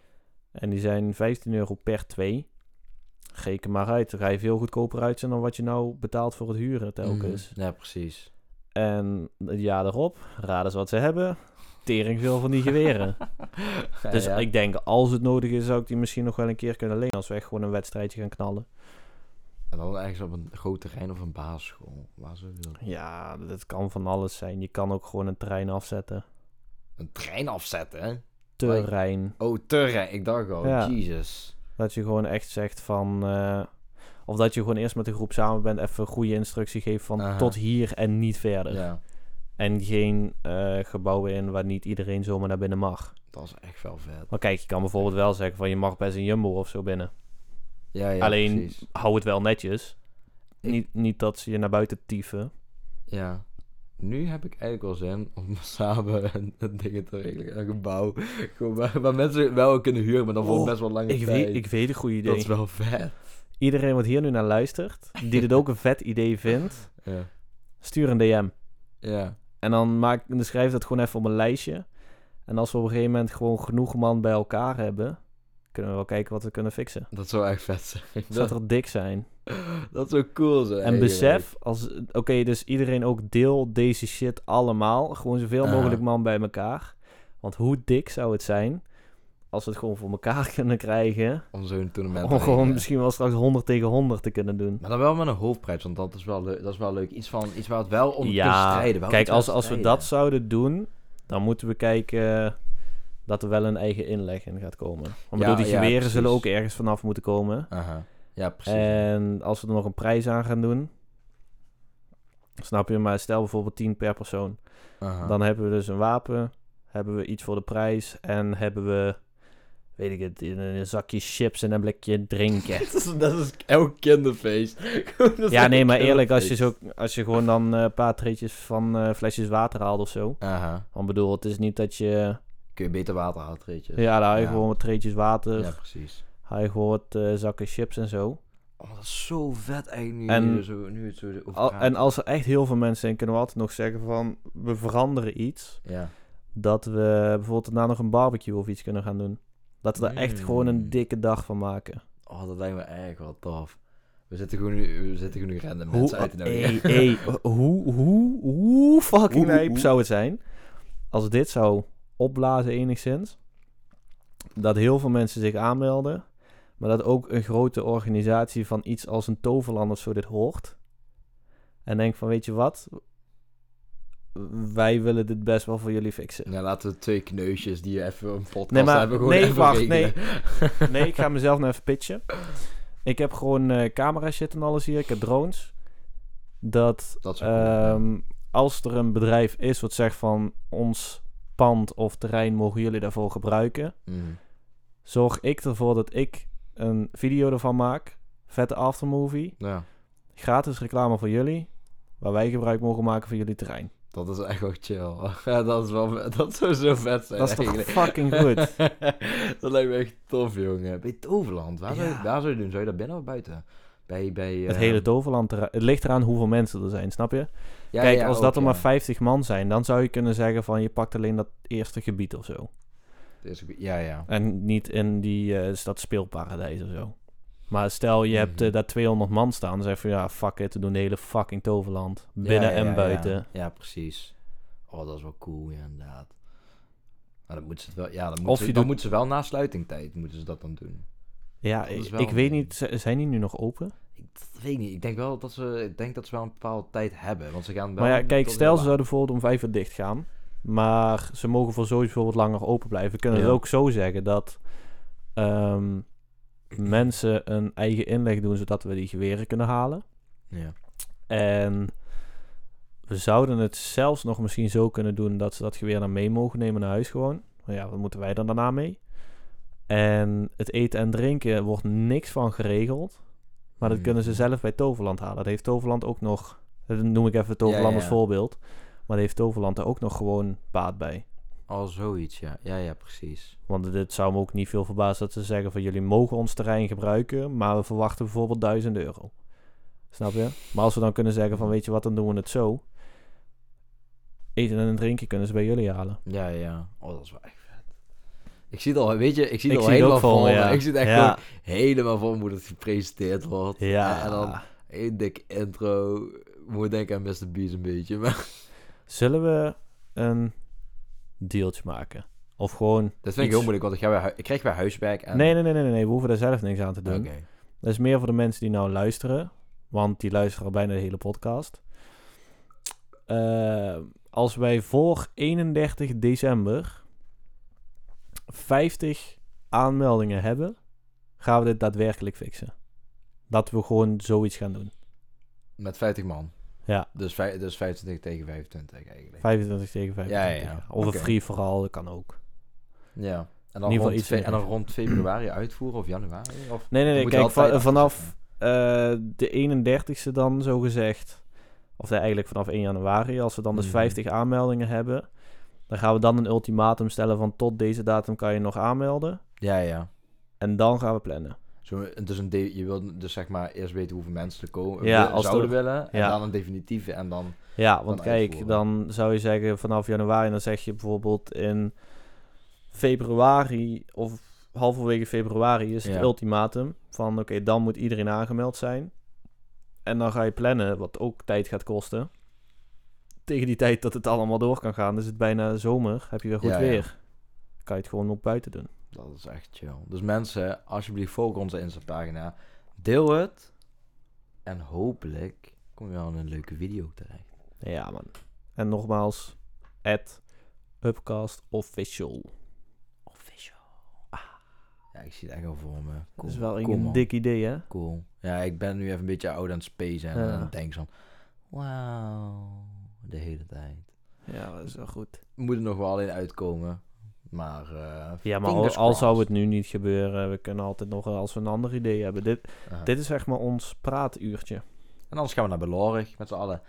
En die zijn vijftien euro per twee. Reken maar uit. Dan ga je veel goedkoper uit zijn dan wat je nou betaalt voor het huren telkens. Mm, ja, precies. En het jaar erop, raad eens wat ze hebben. Tering veel van die geweren. Ja, Dus ja. ik denk, als het nodig is, zou ik die misschien nog wel een keer kunnen lenen. Als we echt gewoon een wedstrijdje gaan knallen. En dan ergens op een groot terrein of een basisschool. Waar ze dat? Ja, dat kan van alles zijn. Je kan ook gewoon een trein afzetten. Een trein afzetten, hè? Terrein. Oh, terrein. Ik dacht al, Ja. Jesus. Dat je gewoon echt zegt van... eh, of dat je gewoon eerst met de groep samen bent... even goede instructie geeft van Aha. tot hier en niet verder. Ja, En geen eh, gebouwen in waar niet iedereen zomaar naar binnen mag. dat is echt wel vet. Maar kijk, je kan bijvoorbeeld wel zeggen van... je mag best een Jumbo of zo binnen. Ja, ja, Alleen, precies. hou het wel netjes. Ik- Niet, niet dat ze je naar buiten tieven. Ja. Nu heb ik eigenlijk wel zin om samen een, een ding te regelen. Een gebouw. Gewoon waar, waar mensen wel kunnen huren, maar dan voor Oh, best wel lange Ik tijd. weet, ik weet een goed idee. Dat is wel vet. Iedereen wat hier nu naar luistert... die dit ook een vet idee vindt... Ja. stuur een D M. Ja. En dan, maak, dan schrijf dat gewoon even op een lijstje. En als we op een gegeven moment gewoon genoeg man bij elkaar hebben... kunnen we wel kijken wat we kunnen fixen. Dat zou echt vet zijn. Dat zou Dat, toch dik zijn? dat zou cool zijn. En eigenlijk. besef, als oké, dus iedereen ook deel deze shit allemaal. Gewoon zoveel Aha. mogelijk man bij elkaar. Want hoe dik zou het zijn... als we het gewoon voor elkaar kunnen krijgen... Om zo'n tournament om te gewoon regelen. misschien wel straks honderd tegen honderd te kunnen doen. Maar dan wel met een hoofdprijs, want dat is wel, leuk. dat is wel leuk. Iets, van, iets waar het wel om kunt Ja, strijden. Wel kijk, iets als, waar als we strijden. dat zouden doen... dan moeten we kijken... dat er wel een eigen inleg in gaat komen. Want Ja, bedoel, die ja, geweren precies. zullen ook ergens vanaf moeten komen. Aha. Ja, precies. En als we er nog een prijs aan gaan doen... snap je, maar stel bijvoorbeeld tien per persoon. Aha. Dan hebben we dus een wapen, hebben we iets voor de prijs... en hebben we, weet ik het, een, een zakje chips en een blikje drinken. dat, is, dat is elk kinderfeest. Dat is Ja, nee, elk maar eerlijk, als je, kinderfeest. zo, als je gewoon dan eh, een paar treetjes van eh, flesjes water haalt of zo... Aha. dan bedoel, het is niet dat je... Kun je beter water halen, treetjes. Ja, dan haal je Ja. gewoon wat treetjes water... Ja, precies. haal je gewoon wat eh, zakken chips en zo. Oh, dat is zo vet eigenlijk nu, En- nu, zo, nu het zo over Al, praat. en als er echt heel veel mensen zijn, kunnen we altijd nog zeggen van... we veranderen iets. Ja. Dat we bijvoorbeeld daarna nog een barbecue of iets kunnen gaan doen. Dat we er echt Mm. gewoon een dikke dag van maken. Oh, dat lijkt me echt wel tof. We zitten gewoon nu, we zitten gewoon nu random mensen uit te nodigen. hey, hey, hoe, hoe, hoe fucking Hoe, lijp hoe? zou het zijn... als dit zou opblazen enigszins... dat heel veel mensen zich aanmelden... maar dat ook een grote organisatie van iets als een Toverland of zo dit hoort... en denkt van, weet je wat... wij willen dit best wel voor jullie fixen. Nou, laten we twee kneusjes die even een podcast Nee, maar- hebben gewoon nee, even wacht, regelen. Nee, ik ga mezelf nou even pitchen. Ik heb gewoon eh camera's zitten en alles hier. Ik heb drones. Dat, Dat is wel cool, ja. ehm, als er een bedrijf is wat zegt van... ons pand of terrein mogen jullie daarvoor gebruiken... Mm. zorg ik ervoor dat ik een video ervan maak. Vette aftermovie. Ja, Gratis reclame voor jullie. Waar wij gebruik mogen maken van jullie terrein. dat is echt wel chill. Ja, dat is wel dat zou zo vet zijn. Dat is toch eigenlijk. fucking goed? Dat lijkt me echt tof, jongen. Bij Toverland, waar, zou, je, Ja. waar zou je doen? Zou je dat binnen of buiten? Bij, bij, Het eh, hele Toverland terrein. Het ligt eraan hoeveel mensen er zijn, snap je? ja, Kijk, ja, als ook, dat er ja. maar vijftig man zijn, dan zou je kunnen zeggen van je pakt alleen dat eerste gebied of zo. Het is ook- Ja, ja. En niet in die eh, stad speelparadijs of zo. Maar stel je hebt Mhm. eh, daar tweehonderd man staan, dan zeg je van ja, fuck it, we doen de hele fucking Toverland. Binnen Ja, ja, en ja, buiten. Ja. Ja, precies. Oh, dat is wel cool, ja, inderdaad. Maar dan moeten ze het wel, ja, dan, Of moeten ze, je dan doet- moeten ze wel na sluitingtijd, moeten ze dat dan doen. Ja, Dat is ik, wel ik een weet ding. niet, z- zijn die nu nog open? Ik dat weet ik niet. Ik denk wel dat ze, ik denk dat ze wel een bepaalde tijd hebben. Want ze gaan wel... Maar ja, kijk, tot stel heel ze laat. zouden bijvoorbeeld om vijf uur dicht gaan. Maar ze mogen voor zoiets bijvoorbeeld langer open blijven. Kunnen we Ja. het ook zo zeggen dat ehm, mensen een eigen inleg doen, zodat we die geweren kunnen halen. Ja. En we zouden het zelfs nog misschien zo kunnen doen dat ze dat geweer dan mee mogen nemen naar huis gewoon. Maar ja, wat moeten wij dan daarna mee? En het eten en drinken wordt niks van geregeld. Maar dat Hmm. kunnen ze zelf bij Toverland halen. Dat heeft Toverland ook nog... Dat noem ik even Toverland Ja, ja. als voorbeeld. Maar dat heeft Toverland er ook nog gewoon baat bij. Al zoiets, ja. Ja, ja, precies. Want dit zou me ook niet veel verbazen dat ze zeggen van... jullie mogen ons terrein gebruiken, maar we verwachten bijvoorbeeld duizend euro. Snap je? Maar als we dan kunnen zeggen van weet je wat, dan doen we het zo. Eten en drinken kunnen ze bij jullie halen. Ja, ja. Oh, dat is wel echt vet. Ik zie het al, weet je, ik zie het Ik al zie het helemaal ook voor voor me, me. ja. Ik zie het echt Ja. gewoon helemaal voor me hoe het gepresenteerd wordt. Ja. En dan een dikke intro. Moet denken aan mister Beast een beetje. Maar Zullen we een dealtje maken? Of gewoon... dat vind ik iets- heel moeilijk, want ik, ga weer hu- ik krijg weer huiswerk. En... Nee, nee, nee, nee, nee, nee. We hoeven daar zelf niks aan te doen. Oké. Dat is meer voor de mensen die nou luisteren. Want die luisteren bijna de hele podcast. Eh, als wij voor eenendertig december vijftig aanmeldingen hebben, gaan we dit daadwerkelijk fixen. Dat we gewoon zoiets gaan doen. Met vijftig man. Ja, Dus, vij- dus vijfentwintig tegen vijfentwintig eigenlijk. vijfentwintig tegen vijfentwintig. Ja, ja, ja. Of Oké. een free for all, dat kan ook. Ja. En In dan, ieder geval rond, iets fe- in en dan de- rond februari uitvoeren of januari? Of... Nee, nee, nee. moet je Kijk, wel tijd va- achter vanaf zetten. eh, de eenendertigste dan, zo gezegd. Of nee, eigenlijk vanaf één januari. Als we dan dus Mhm. vijftig aanmeldingen hebben. Dan gaan we dan een ultimatum stellen van tot deze datum kan je nog aanmelden. Ja, ja. En dan gaan we plannen. Zo, dus een de- je wil dus zeg maar eerst weten hoeveel mensen er komen, Ja, wil- als zouden er- willen. En ja. dan een definitieve en dan... Ja, want Dan kijk, uitvoeren. dan zou je zeggen vanaf januari, dan zeg je bijvoorbeeld in februari of halverwege februari is het Ja. ultimatum van oké, dan moet iedereen aangemeld zijn. En dan ga je plannen, wat ook tijd gaat kosten. Tegen die tijd dat het allemaal door kan gaan, is het bijna zomer, heb je weer goed Ja, ja. weer. Dan kan je het gewoon op buiten doen. Dat is echt chill. Dus mensen, alsjeblieft volg onze Insta-pagina. Deel het. En hopelijk kom je wel in een leuke video terecht. Ja, man. En nogmaals, at Upcast Official. Official. Ja, ik zie het echt al voor me. Dat Cool. is wel een Cool, man. dik idee, hè? Cool. Ja, ik ben nu even een beetje oud aan het spacen. En Ja. dan denk ik van... Wauw. De hele tijd. Ja, dat is wel goed. Moet er nog wel alleen uitkomen. Maar... eh, Ja, maar al, fingers al zou crossed. het nu niet gebeuren, we kunnen altijd nog, als we een ander idee hebben. Dit, Aha. dit is zeg maar ons praatuurtje. En anders gaan we naar Belorig met z'n allen.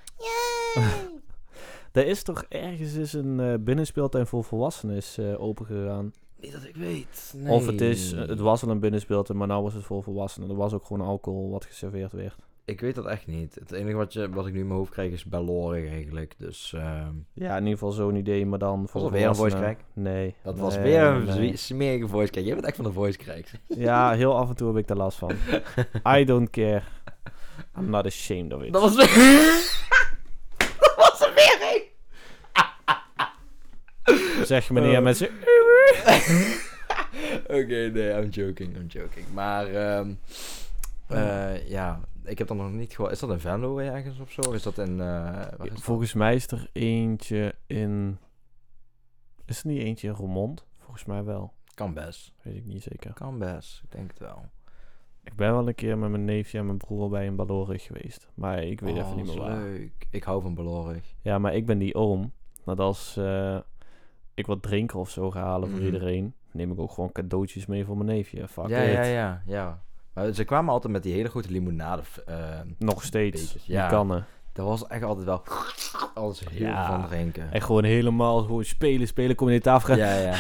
Er is toch ergens is een eh, binnenspeeltuin voor volwassenen is uh, opengegaan. Niet dat ik weet. Nee. Of het is, eh, het was al een binnenspeeltuin, maar nou was het voor volwassenen. Er was ook gewoon alcohol wat geserveerd werd. Ik weet dat echt niet. Het enige wat, je, wat ik nu in mijn hoofd krijg is Belorig eigenlijk. Dus ehm, Ja, in ieder geval zo'n idee, maar dan voor dat weer een volwassenen. voice crack? Nee. dat nee, was weer een nee. zwie- smerige voice crack. Jij bent echt van de voice cracks. Ja, heel af en toe heb ik daar last van. I don't care. I'm not ashamed of it. Dat was weer... dat was er weer een! Zeg meneer Oh. met z'n... Oké, nee, I'm joking, I'm joking. Maar, ehm eh, ja, ik heb dan nog niet gehoord. Is dat in Venlo ergens of zo? Of is dat in... eh, waar is dat? Volgens mij is er eentje in... Is er niet eentje in Roermond? Volgens mij wel. Kan best. Weet ik niet zeker. Kan best, ik denk het wel. Ik ben wel een keer met mijn neefje en mijn broer bij een Balorig geweest. Maar ik weet Oh, even niet dat meer is waar. leuk. Ik hou van Belorig. Ja, maar ik ben die oom. Dat als eh, ik wat drinken of zo ga halen voor Mhm. iedereen... neem ik ook gewoon cadeautjes mee voor mijn neefje. Fuck Ja, it. ja, ja, ja. Maar ze kwamen altijd met die hele grote limonade. eh, Nog steeds. Beetjes, Die ja. kannen. dat was echt altijd wel... Alles heel Ja. veel van drinken. En gewoon helemaal gewoon spelen, spelen. Kom je in de tafel gaan. Ja, ja.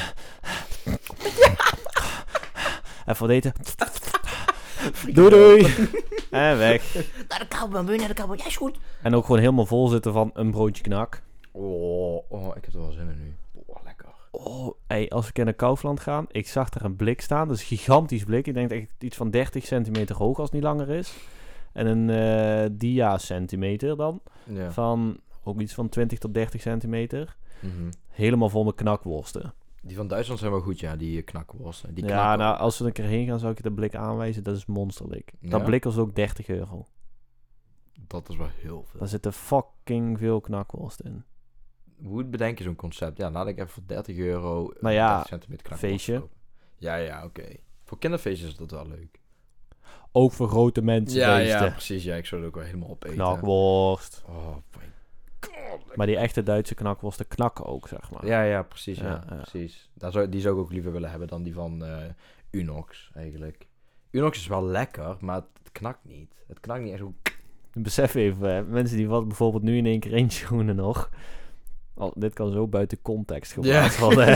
En van eten. Doei doei. En weg. Naar de cowboy, naar de cowboy. Ja, is goed. En ook gewoon helemaal vol zitten van een broodje knak. Oh, oh, ik heb er wel zin in nu. Oh, lekker. Oh, hey, als we naar Kaufland gaan, ik zag er een blik staan. Dat is een gigantisch blik. Ik denk dat het iets van dertig centimeter hoog als het niet langer is. En een eh dia centimeter dan. Ja. Van ook iets van twintig tot dertig centimeter. Mhm. Helemaal vol met knakworsten. Die van Duitsland zijn wel goed, ja. Die uh, knakworsten. Die ja, knakken. nou, als we een keer heen gaan, zou ik je de blik aanwijzen. Dat is monsterlik. Dat Ja? blik was ook dertig euro. Dat is wel heel veel. Daar zitten fucking veel knakworsten in. Hoe bedenk je zo'n concept? Ja, laat ik even voor dertig euro... Nou ja, dertig centimeter knakworst feestje. kopen. Ja, ja, oké. Okay. Voor kinderfeestjes is dat wel leuk. Ook voor grote mensen. Ja, feesten. ja, precies. Ja, ik zou het ook wel helemaal opeten. Knakworst. Oh, my god. Maar die echte Duitse knakworsten knakken ook, zeg maar. Ja, ja, precies. Ja, Ja, ja. precies. Daar zou, die zou ik ook liever willen hebben dan die van uh, Unox, eigenlijk. Unox is wel lekker, maar het knakt niet. Het knakt niet echt zo... Besef even, hè, mensen die wat bijvoorbeeld nu in één keer inschoenen nog. Al, dit kan zo buiten context geplaatst Ja. worden.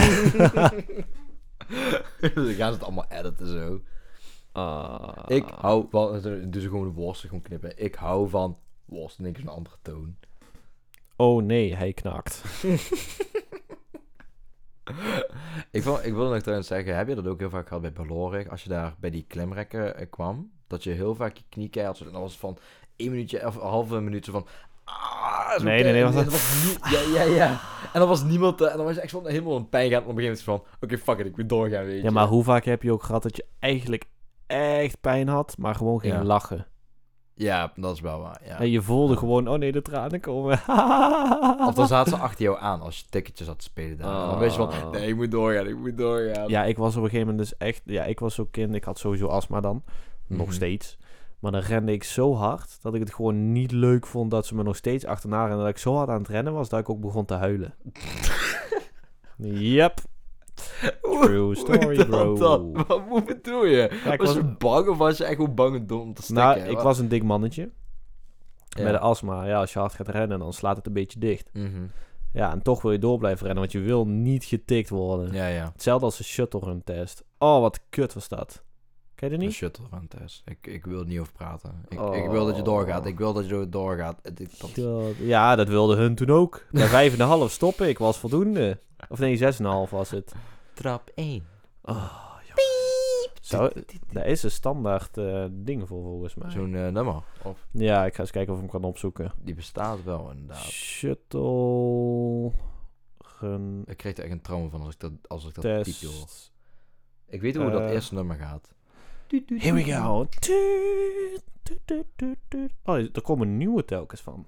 Dan gaan ze het allemaal editen zo. Ah. Ik hou van... Dus gewoon de worsten gewoon knippen. Ik hou van worst. En ik is een andere toon. Oh nee, hij knakt. ik, vond, ik wilde nog trouwens zeggen, heb je dat ook heel vaak gehad bij Balorig? Als je daar bij die klimrekken uh, kwam, dat je heel vaak je knie keihard zat en dan was het van één minuutje of een halve minuut zo van... Ah, zo Nee, nee, nee, was en dat- was nie- ja, ja, ja. En dan was niemand... uh, en dan was je echt van helemaal een pijn gaan. En op een gegeven moment van... Oké, okay, fuck it, ik moet doorgaan, weet je. Ja, maar hoe vaak heb je ook gehad dat je eigenlijk echt pijn had, maar gewoon ging Ja. lachen? Ja, dat is wel waar, ja. En je voelde gewoon, oh nee, de tranen komen. Of dan zaten ze achter jou aan als je ticketjes had te spelen daar. En dan weet je van... Nee, ik moet doorgaan, ik moet doorgaan. Ja, ik was op een gegeven moment dus echt... Ja, ik was zo kind, ik had sowieso astma dan. Nog Mhm. steeds. Maar dan rende ik zo hard dat ik het gewoon niet leuk vond dat ze me nog steeds achterna renden. Dat ik zo hard aan het rennen was dat ik ook begon te huilen. Yep. True story, Hoe bro. dan? Wat, hoe bedoel je? Ja, ik was was, je bang of was je echt gewoon bang om te stikken? nou, ik Wat? was een dik mannetje. Ja. Met de astma. Ja, als je hard gaat rennen, dan slaat het een beetje dicht. Mhm. Ja, en toch wil je door blijven rennen, want je wil niet getikt worden. Ja, ja. Hetzelfde als een shuttle run test. Oh, wat kut was dat. Ken je dat Een niet? shuttle run test. Ik, ik wil er niet over praten. Ik, Oh. ik wil dat je doorgaat. Ik wil dat je zo doorgaat. Het- het- dat- Dat- Ja, dat wilde hun toen ook. Bij vijf en een half stoppen, ik was voldoende. Of nee, zes en een half was het. Trap één. Oh, Zo, daar is een standaard eh, ding voor volgens mij. Zo'n uh, nummer. Of, Ja, ik ga eens kijken of ik hem kan opzoeken. die bestaat wel inderdaad. Shuttle run Ik kreeg er echt een trauma van als ik dat, als ik dat test. typje hoor. Ik weet hoe dat Eh. eerste nummer gaat. Here we go. Tuut, tuut, tuut, tuut, tuut. Oh, er komen nieuwe telkens van.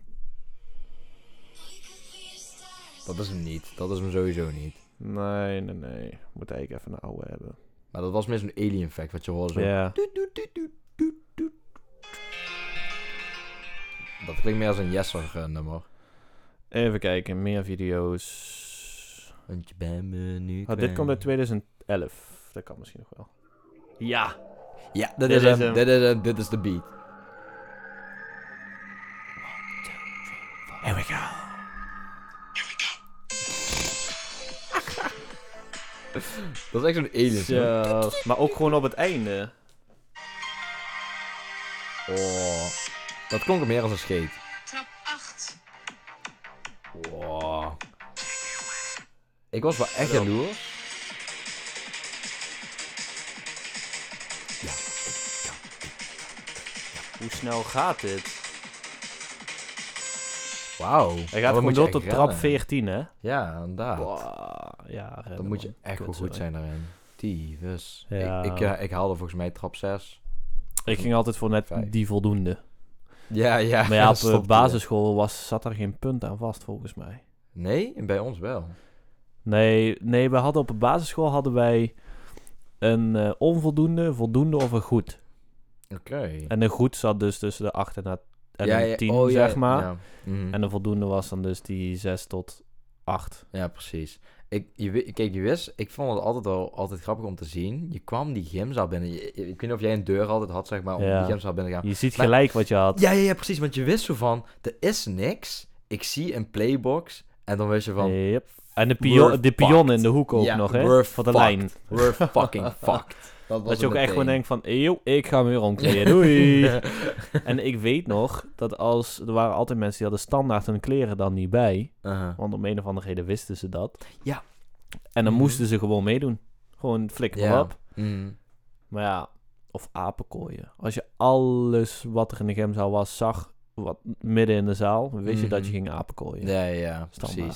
Dat is hem niet. Dat is hem sowieso niet. Nee, nee, nee. Moet eigenlijk even een oude hebben. Maar dat was meer zo'n alien fact wat je hoorde zo. Ja. Dat klinkt meer als een Jesser uh, nummer. Even kijken, meer video's. Want je bent me nu Oh, dit komt uit twintig elf. Dat kan misschien nog wel. Ja. Ja, dit, Dit is, is hem. hem. Dit is hem. Dit is de beat. Here we go. Dat is echt zo'n alien. zo. Zo. Maar ook gewoon op het einde. Oh. Dat klonk meer als een scheet. Trap acht. Wow. Ik was wel echt jaloers. Hoe snel gaat dit? Wauw. Hij Maar gaat dan gewoon moet je door echt tot trap rennen. veertien, hè? Ja, inderdaad. Wow. Ja, rennen, Dan moet je man. echt wel Kut, goed sorry. zijn daarin. Tyfus. Ja. Ik, ik, ja, ik haalde volgens mij trap zes. Ik ging altijd voor net Vijf. die voldoende. Ja, ja. Maar ja, op stopte eh, je. basisschool was, zat er geen punt aan vast, volgens mij. Nee, en bij ons wel. Nee, nee, we hadden op de basisschool hadden wij een eh, onvoldoende, voldoende of een goed. Oké. En een goed zat dus tussen de acht en de en Ja, een ja, tien, oh, ja, zeg maar. Ja. Mhm. En de voldoende was dan dus die zes tot acht. Ja, precies. Ik, je, wi- kijk, je wist, ik vond het altijd al altijd grappig om te zien. Je kwam die gymzaal binnen. Je- ik weet niet of jij een deur altijd had, zeg maar, om Ja. die gymzaal binnen te gaan. Je ziet Maar- gelijk wat je had. Ja, ja, ja, precies. Want je wist zo van, er is niks. Ik zie een playbox. En dan wist je van, Yep. En de, pion, we're de pion in fucked. de hoek ook Ja, nog, hè? we're Voor de fucked. lijn. we're fucking fucked. Dat, was Dat je ook het echt gewoon meteen. denkt van, eeuw, ik ga me weer omkleden, doei. En ik weet nog dat als, er waren altijd mensen die hadden standaard hun kleren dan niet bij. Uh-huh. Want om een of andere reden wisten ze dat. Ja. En dan Mhm. moesten ze gewoon meedoen. Gewoon flikker maar Ja. op. Mhm. Maar ja, of apenkooien. Als je alles wat er in de gymzaal was zag, wat midden in de zaal, wist je dat je Mhm. ging apenkooien. Ja, ja, ja, Standaard. precies.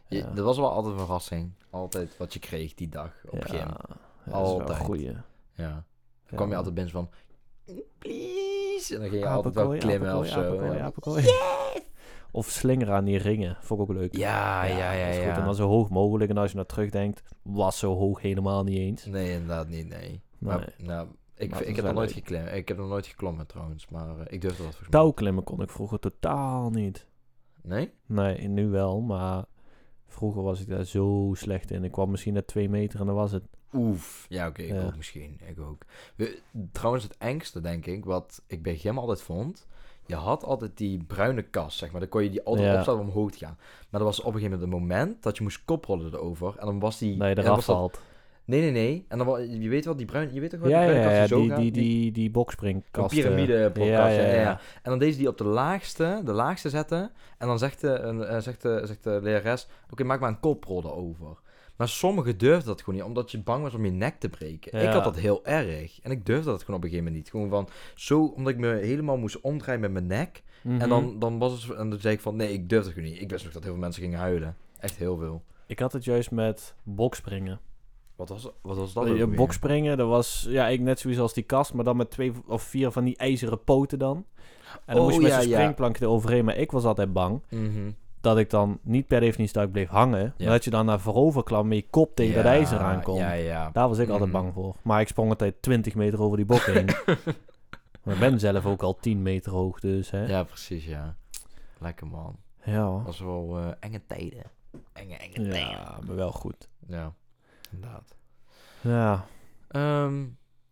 Je- Ja. Dat was wel altijd een verrassing. Altijd wat je kreeg die dag op ja, gym. ja, dat is Altijd. wel een goeie. Ja. Dan Ja. kwam je altijd binnen van... Please. En dan ging je altijd Apenkooi, wel klimmen of apenkooi, zo. apenkooi, Ja. apenkooi. Of slingeren aan die ringen. Vond ik ook leuk. Ja, ja, ja, dat is goed. ja. En dan zo hoog mogelijk. En als je naar terugdenkt, was zo hoog helemaal niet eens. Nee, inderdaad niet, nee. Nee. Maar, nou, ik, Maar het ik is heb wel nog nooit leuk. geklimmen. Ik heb nog nooit geklommen trouwens, maar uh, ik durfde dat volgens mij. Touwklimmen kon ik vroeger totaal niet. Nee? Nee, nu wel, maar vroeger was ik daar zo slecht in. Ik kwam misschien naar twee meter en dan was het. Oef. Ja, oké, ik Ja. ook misschien. Ik ook. We- trouwens, het engste, denk ik, wat ik bij gym altijd vond... Je had altijd die bruine kast, zeg maar. Dan kon je die altijd Ja. opstaan om omhoog te gaan. Maar er was op een gegeven moment een moment dat je moest koprollen erover. En dan was die... Nee, en dan eraf was dat- valt. Nee, nee, nee. En dan wa- je weet wel, die bruine... Je weet toch wel, Ja, die ja, bruine ja, kast die die, zo die, gaat? die, die, die Een boxspringkast. piramide ja, ja, ja, ja. ja. En dan deze die op de laagste, de laagste zetten. En dan zegt de, een- eh, zegt de, zegt de lerares, oké, maak maar een koprol erover. Maar sommigen durfden dat gewoon niet, omdat je bang was om je nek te breken. Ja. Ik had dat heel erg. En ik durfde dat gewoon op een gegeven moment niet. Gewoon van, zo, omdat ik me helemaal moest omdraaien met mijn nek. Mhm. En dan, dan was het, en dan zei ik van, nee, ik durf het gewoon niet. Ik wist nog dat heel veel mensen gingen huilen. Echt heel veel. Ik had het juist met bokspringen. Wat was, wat was dat? Je ook weer? bokspringen, dat was ja, ik net zoiets als die kast, maar dan met twee of vier van die ijzeren poten dan. En dan Oh, moest je met ja, zo'n ja. springplank eroverheen, maar ik was altijd bang Mhm. dat ik dan niet per definitie dat ik bleef hangen, Ja. maar dat je dan naar voorover kwam met je kop tegen Ja, dat ijzer aankomt. Ja, ja. Daar was ik altijd Mhm. bang voor. Maar ik sprong altijd twintig meter over die bok heen. Maar ik ben zelf ook al tien meter hoog, dus hè. Ja, precies, ja. Lekker, man. Ja, Dat was wel eh, enge tijden. Enge, enge tijden. ja maar wel goed. Ja, inderdaad. Ja, Ehm,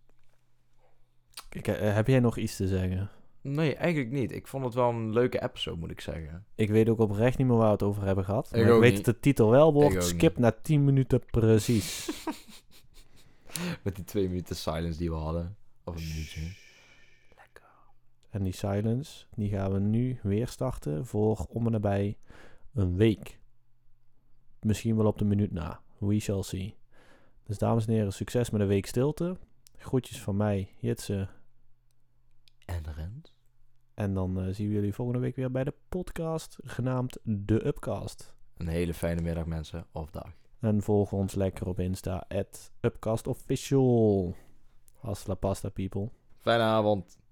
ik, eh, heb jij nog iets te zeggen? nee, eigenlijk niet. Ik vond het wel een leuke episode, moet ik zeggen. Ik weet ook oprecht niet meer waar we het over hebben gehad. Maar Ik ik, ook weet niet. dat de titel wel Ik wordt. ook Skip niet. naar tien minuten precies. Met die twee minuten silence die we hadden. Of een minuutje. Lekker. En die silence, die gaan we nu weer starten voor om en nabij een week. Misschien wel op de minuut na. We shall see. Dus dames en heren, succes met een week stilte. Groetjes van mij, Jitse. En Rens. En dan eh, zien we jullie volgende week weer bij de podcast, genaamd De Upcast. Een hele fijne middag, mensen. Of dag. En volg ons lekker op Insta, at UpcastOfficial. Hasta la pasta, people. Fijne avond.